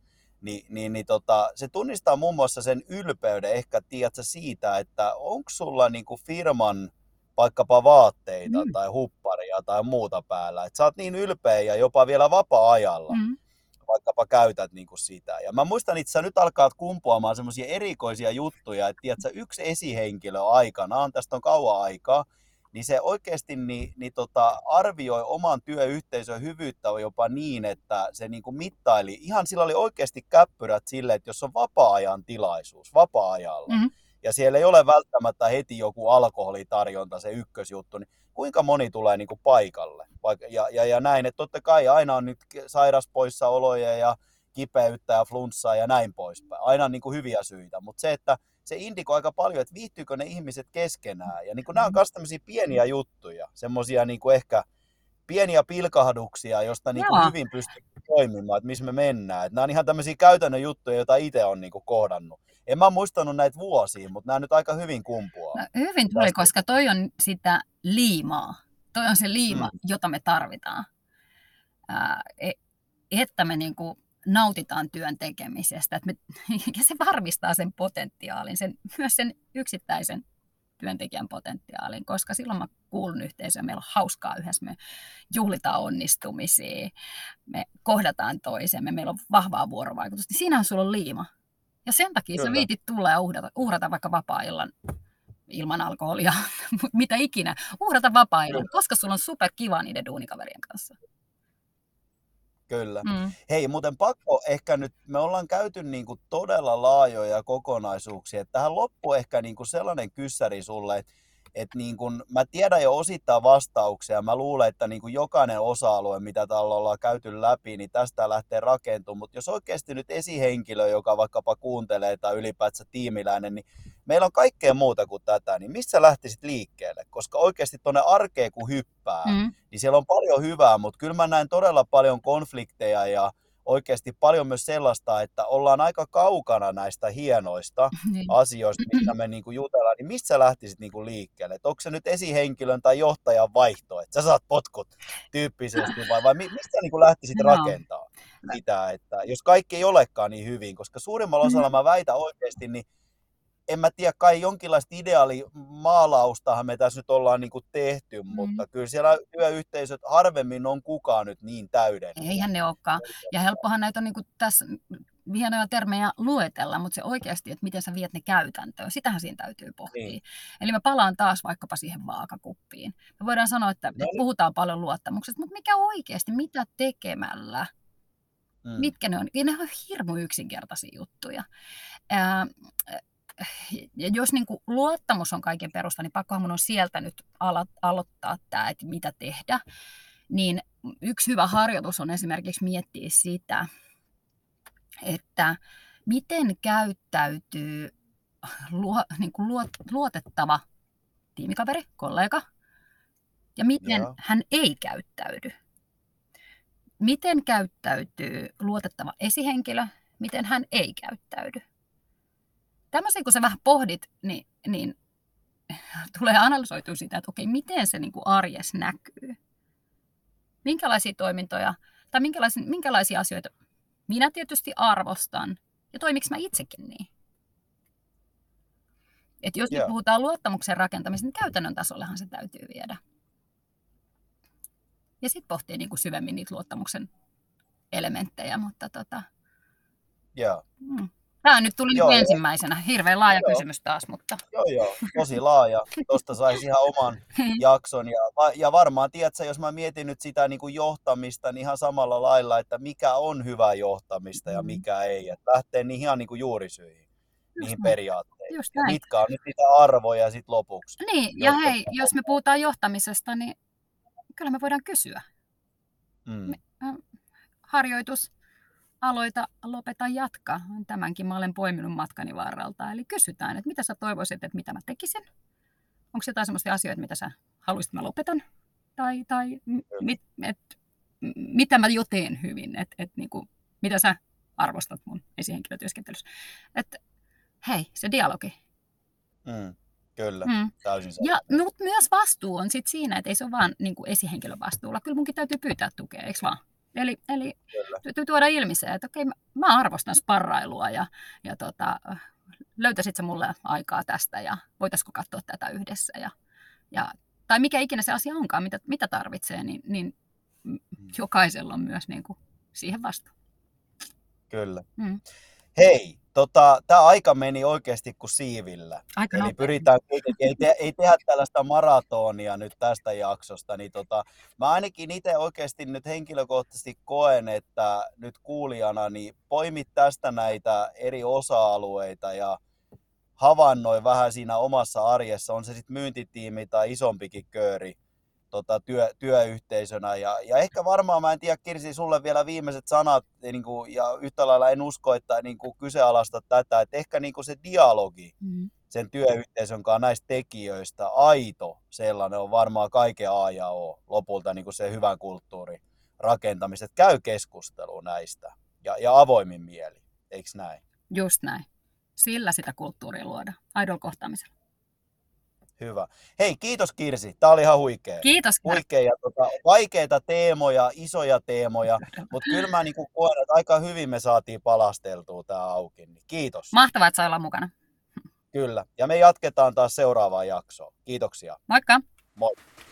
se tunnistaa muun muassa sen ylpeyden ehkä, tiedätkö, siitä, että onko sulla niin kuin firman vaikkapa vaatteita tai hupparia tai muuta päällä, että sä oot niin ylpeä ja jopa vielä vapaa-ajalla, vaikkapa käytät niin kuin sitä. Ja mä muistan, että sä nyt alkaat kumpuamaan semmoisia erikoisia juttuja, että tiedätkö, yksi esihenkilö aikanaan, tästä on kauan aikaa, niin se oikeasti arvioi oman työyhteisön hyvyyttä jopa niin, että se niin kuin mittaili, ihan sillä oli oikeasti käppyrät sille, että jos on vapaa-ajan tilaisuus, vapaa-ajalla, ja siellä ei ole välttämättä heti joku alkoholitarjonta, se ykkösjuttu, niin kuinka moni tulee niin kuin paikalle? Ja näin, että totta kai aina on nyt sairaspoissaoloja ja kipeyttä ja flunssaa ja näin poispäin. Aina on niin kuin hyviä syitä, mutta se, että se indikoi aika paljon, että viihtyykö ne ihmiset keskenään. Ja niin kuin nämä on myös tämmöisiä pieniä juttuja, semmoisia niin kuin ehkä pieniä pilkahduksia, josta niin kuin hyvin pystyy toimimaan, että missä me mennään. Että nämä on ihan tämmöisiä käytännön juttuja, joita itse olen niin kuin kohdannut. En mä muistanut näitä vuosia, mutta nämä nyt aika hyvin kumpuaa. No, hyvin tuli, koska toi on sitä liimaa. Toi on se liima, jota me tarvitaan. Että me niin kuin nautitaan työn tekemisestä. Ja se varmistaa sen potentiaalin, myös sen yksittäisen työntekijän potentiaalin, koska silloin mä kuulun yhteisöön, meillä on hauskaa yhdessä, me juhlitaan onnistumisia, me kohdataan toisemme, meillä on vahvaa vuorovaikutusta. Siinähän sulla on liima. Ja sen takia sä viitit tulla ja uhrata vaikka vapaa-illan ilman alkoholia, mitä ikinä, uhrata vapaa-illan, koska sulla on superkiva niiden duunikaverien kanssa. Kyllä. Hei, muuten pakko ehkä nyt, me ollaan käyty niinku todella laajoja kokonaisuuksia. Että tähän loppuun ehkä niinku sellainen kyssäri sulle, että niinku, mä tiedän jo osittain vastauksia. Mä luulen, että niinku jokainen osa-alue, mitä täällä ollaan käyty läpi, niin tästä lähtee rakentumaan. Mutta jos oikeasti nyt esihenkilö, joka vaikkapa kuuntelee tai ylipäätään tiimiläinen, niin meillä on kaikkea muuta kuin tätä, niin mistä lähtisit liikkeelle? Koska oikeasti tuonne arkeen kun hyppää, niin siellä on paljon hyvää, mutta kyllä mä näen todella paljon konflikteja ja oikeasti paljon myös sellaista, että ollaan aika kaukana näistä hienoista asioista, mistä me niinku jutellaan, niin mistä sä lähtisit niinku liikkeelle? Et onko se nyt esihenkilön tai johtajan vaihto, että sä saat potkut tyyppisesti, vai mistä sä niinku lähtisit rakentamaan sitä, että jos kaikki ei olekaan niin hyvin, koska suurimmalla osalla mä väitän oikeasti, niin en mä tiedä, kai jonkinlaista ideaalimaalaustahan me tässä nyt ollaan niin kuin tehty, mutta kyllä siellä työyhteisöt harvemmin on kukaan nyt niin täydellinen. Eihän ne olekaan. Ja helppohan näitä on niin kuin tässä hienoja termejä luetella, mutta se oikeasti, että miten sä viet ne käytäntöön, sitähän siinä täytyy pohtia. Eli mä palaan taas vaikkapa siihen vaakakuppiin. Me voidaan sanoa, että puhutaan paljon luottamuksesta, mutta mikä oikeasti, mitä tekemällä? Mitkä ne on? Ja ne on hirmu yksinkertaisia juttuja. Ja jos niin kuin luottamus on kaiken perusta, niin pakkohan mun on sieltä nyt aloittaa tämä, että mitä tehdä. Niin yksi hyvä harjoitus on esimerkiksi miettiä sitä, että miten käyttäytyy luotettava tiimikaveri, kollega, ja miten hän ei käyttäydy. Miten käyttäytyy luotettava esihenkilö, miten hän ei käyttäydy. Tämmöisen, kun sä vähän pohdit, niin tulee analysoitua sitä, että okei, miten se niin kuin arjessa näkyy. Minkälaisia toimintoja tai minkälaisia asioita minä tietysti arvostan ja toimiks mä itsekin niin. Et jos nyt Joo. puhutaan luottamuksen rakentamisesta, niin käytännön tasollehan se täytyy viedä. Ja sitten pohtii niin kuin syvemmin niitä luottamuksen elementtejä, mutta Joo. Tämä nyt tuli Joo, niin ensimmäisenä. Hirveän laaja joo. kysymys taas, mutta... Joo, tosi laaja. Tuosta saisi ihan oman jakson. Ja varmaan, tiedätkö, jos mä mietin nyt sitä niin kuin johtamista, niin ihan samalla lailla, että mikä on hyvää johtamista ja mikä ei. Että lähtee niihin ihan niin kuin juurisyihin, niihin periaatteisiin. Just Ja näin. mitkä on nyt niitä arvoja sitten lopuksi. Niin, ja hei, jos me puhutaan johtamisesta, niin kyllä me voidaan kysyä. Harjoitus, aloita, lopeta, jatka. Tämänkin mä olen poiminut matkani varralta. Eli kysytään, että mitä sä toivoisit, että mitä mä tekisin? Onko jotain sellaisia asioita, mitä sä haluaisit, että mä lopetan? Tai mitä mä jo teen hyvin? Niin kuin, mitä sä arvostat mun esihenkilötyöskentelyssä? Että hei, se dialogi. Kyllä, täysin se. Ja myös vastuu on sit siinä, että ei se ole vaan niin kuin esihenkilön vastuulla. Kyllä munkin täytyy pyytää tukea, eikö vaan? Eli täytyy tuoda ilmi se, että okei, mä arvostan sparrailua ja löytäisit sä mulle aikaa tästä ja voitaisiko katsoa tätä yhdessä. Tai mikä ikinä se asia onkaan, mitä tarvitsee, niin jokaisella on myös niin kuin siihen vastuu. Kyllä. Hei, tämä aika meni oikeasti kuin siivillä. Eli pyritään ei tehdä tällaista maratonia nyt tästä jaksosta. Niin mä ainakin itse oikeasti nyt henkilökohtaisesti koen, että nyt kuulijana niin poimit tästä näitä eri osa-alueita ja havainnoi vähän siinä omassa arjessa, on se sitten myyntitiimi tai isompikin kööri työyhteisönä. Ja ehkä varmaan, mä en tiedä Kirsi, sulle vielä viimeiset sanat, niin kuin, ja yhtä lailla en usko, että niin kuin kyseenalaista tätä, että ehkä niin kuin se dialogi sen työyhteisön kanssa näistä tekijöistä, aito sellainen on varmaan kaiken A ja O lopulta niin kuin se hyvän kulttuurin rakentamista, että käy keskustelua näistä ja avoimin mieli, eikö näin? Just näin. Sillä sitä kulttuuria luoda, aidolla kohtaamisella. Hyvä. Hei, kiitos Kirsi. Tämä oli ihan huikea. Kiitos. Huikea ja vaikeita teemoja, isoja teemoja, mutta kyllä mä niinku koen, että aika hyvin me saatiin palasteltua tämä auki. Niin kiitos. Mahtavaa, että saa olla mukana. Kyllä. Ja me jatketaan taas seuraavaa jaksoa. Kiitoksia. Moikka. Moi.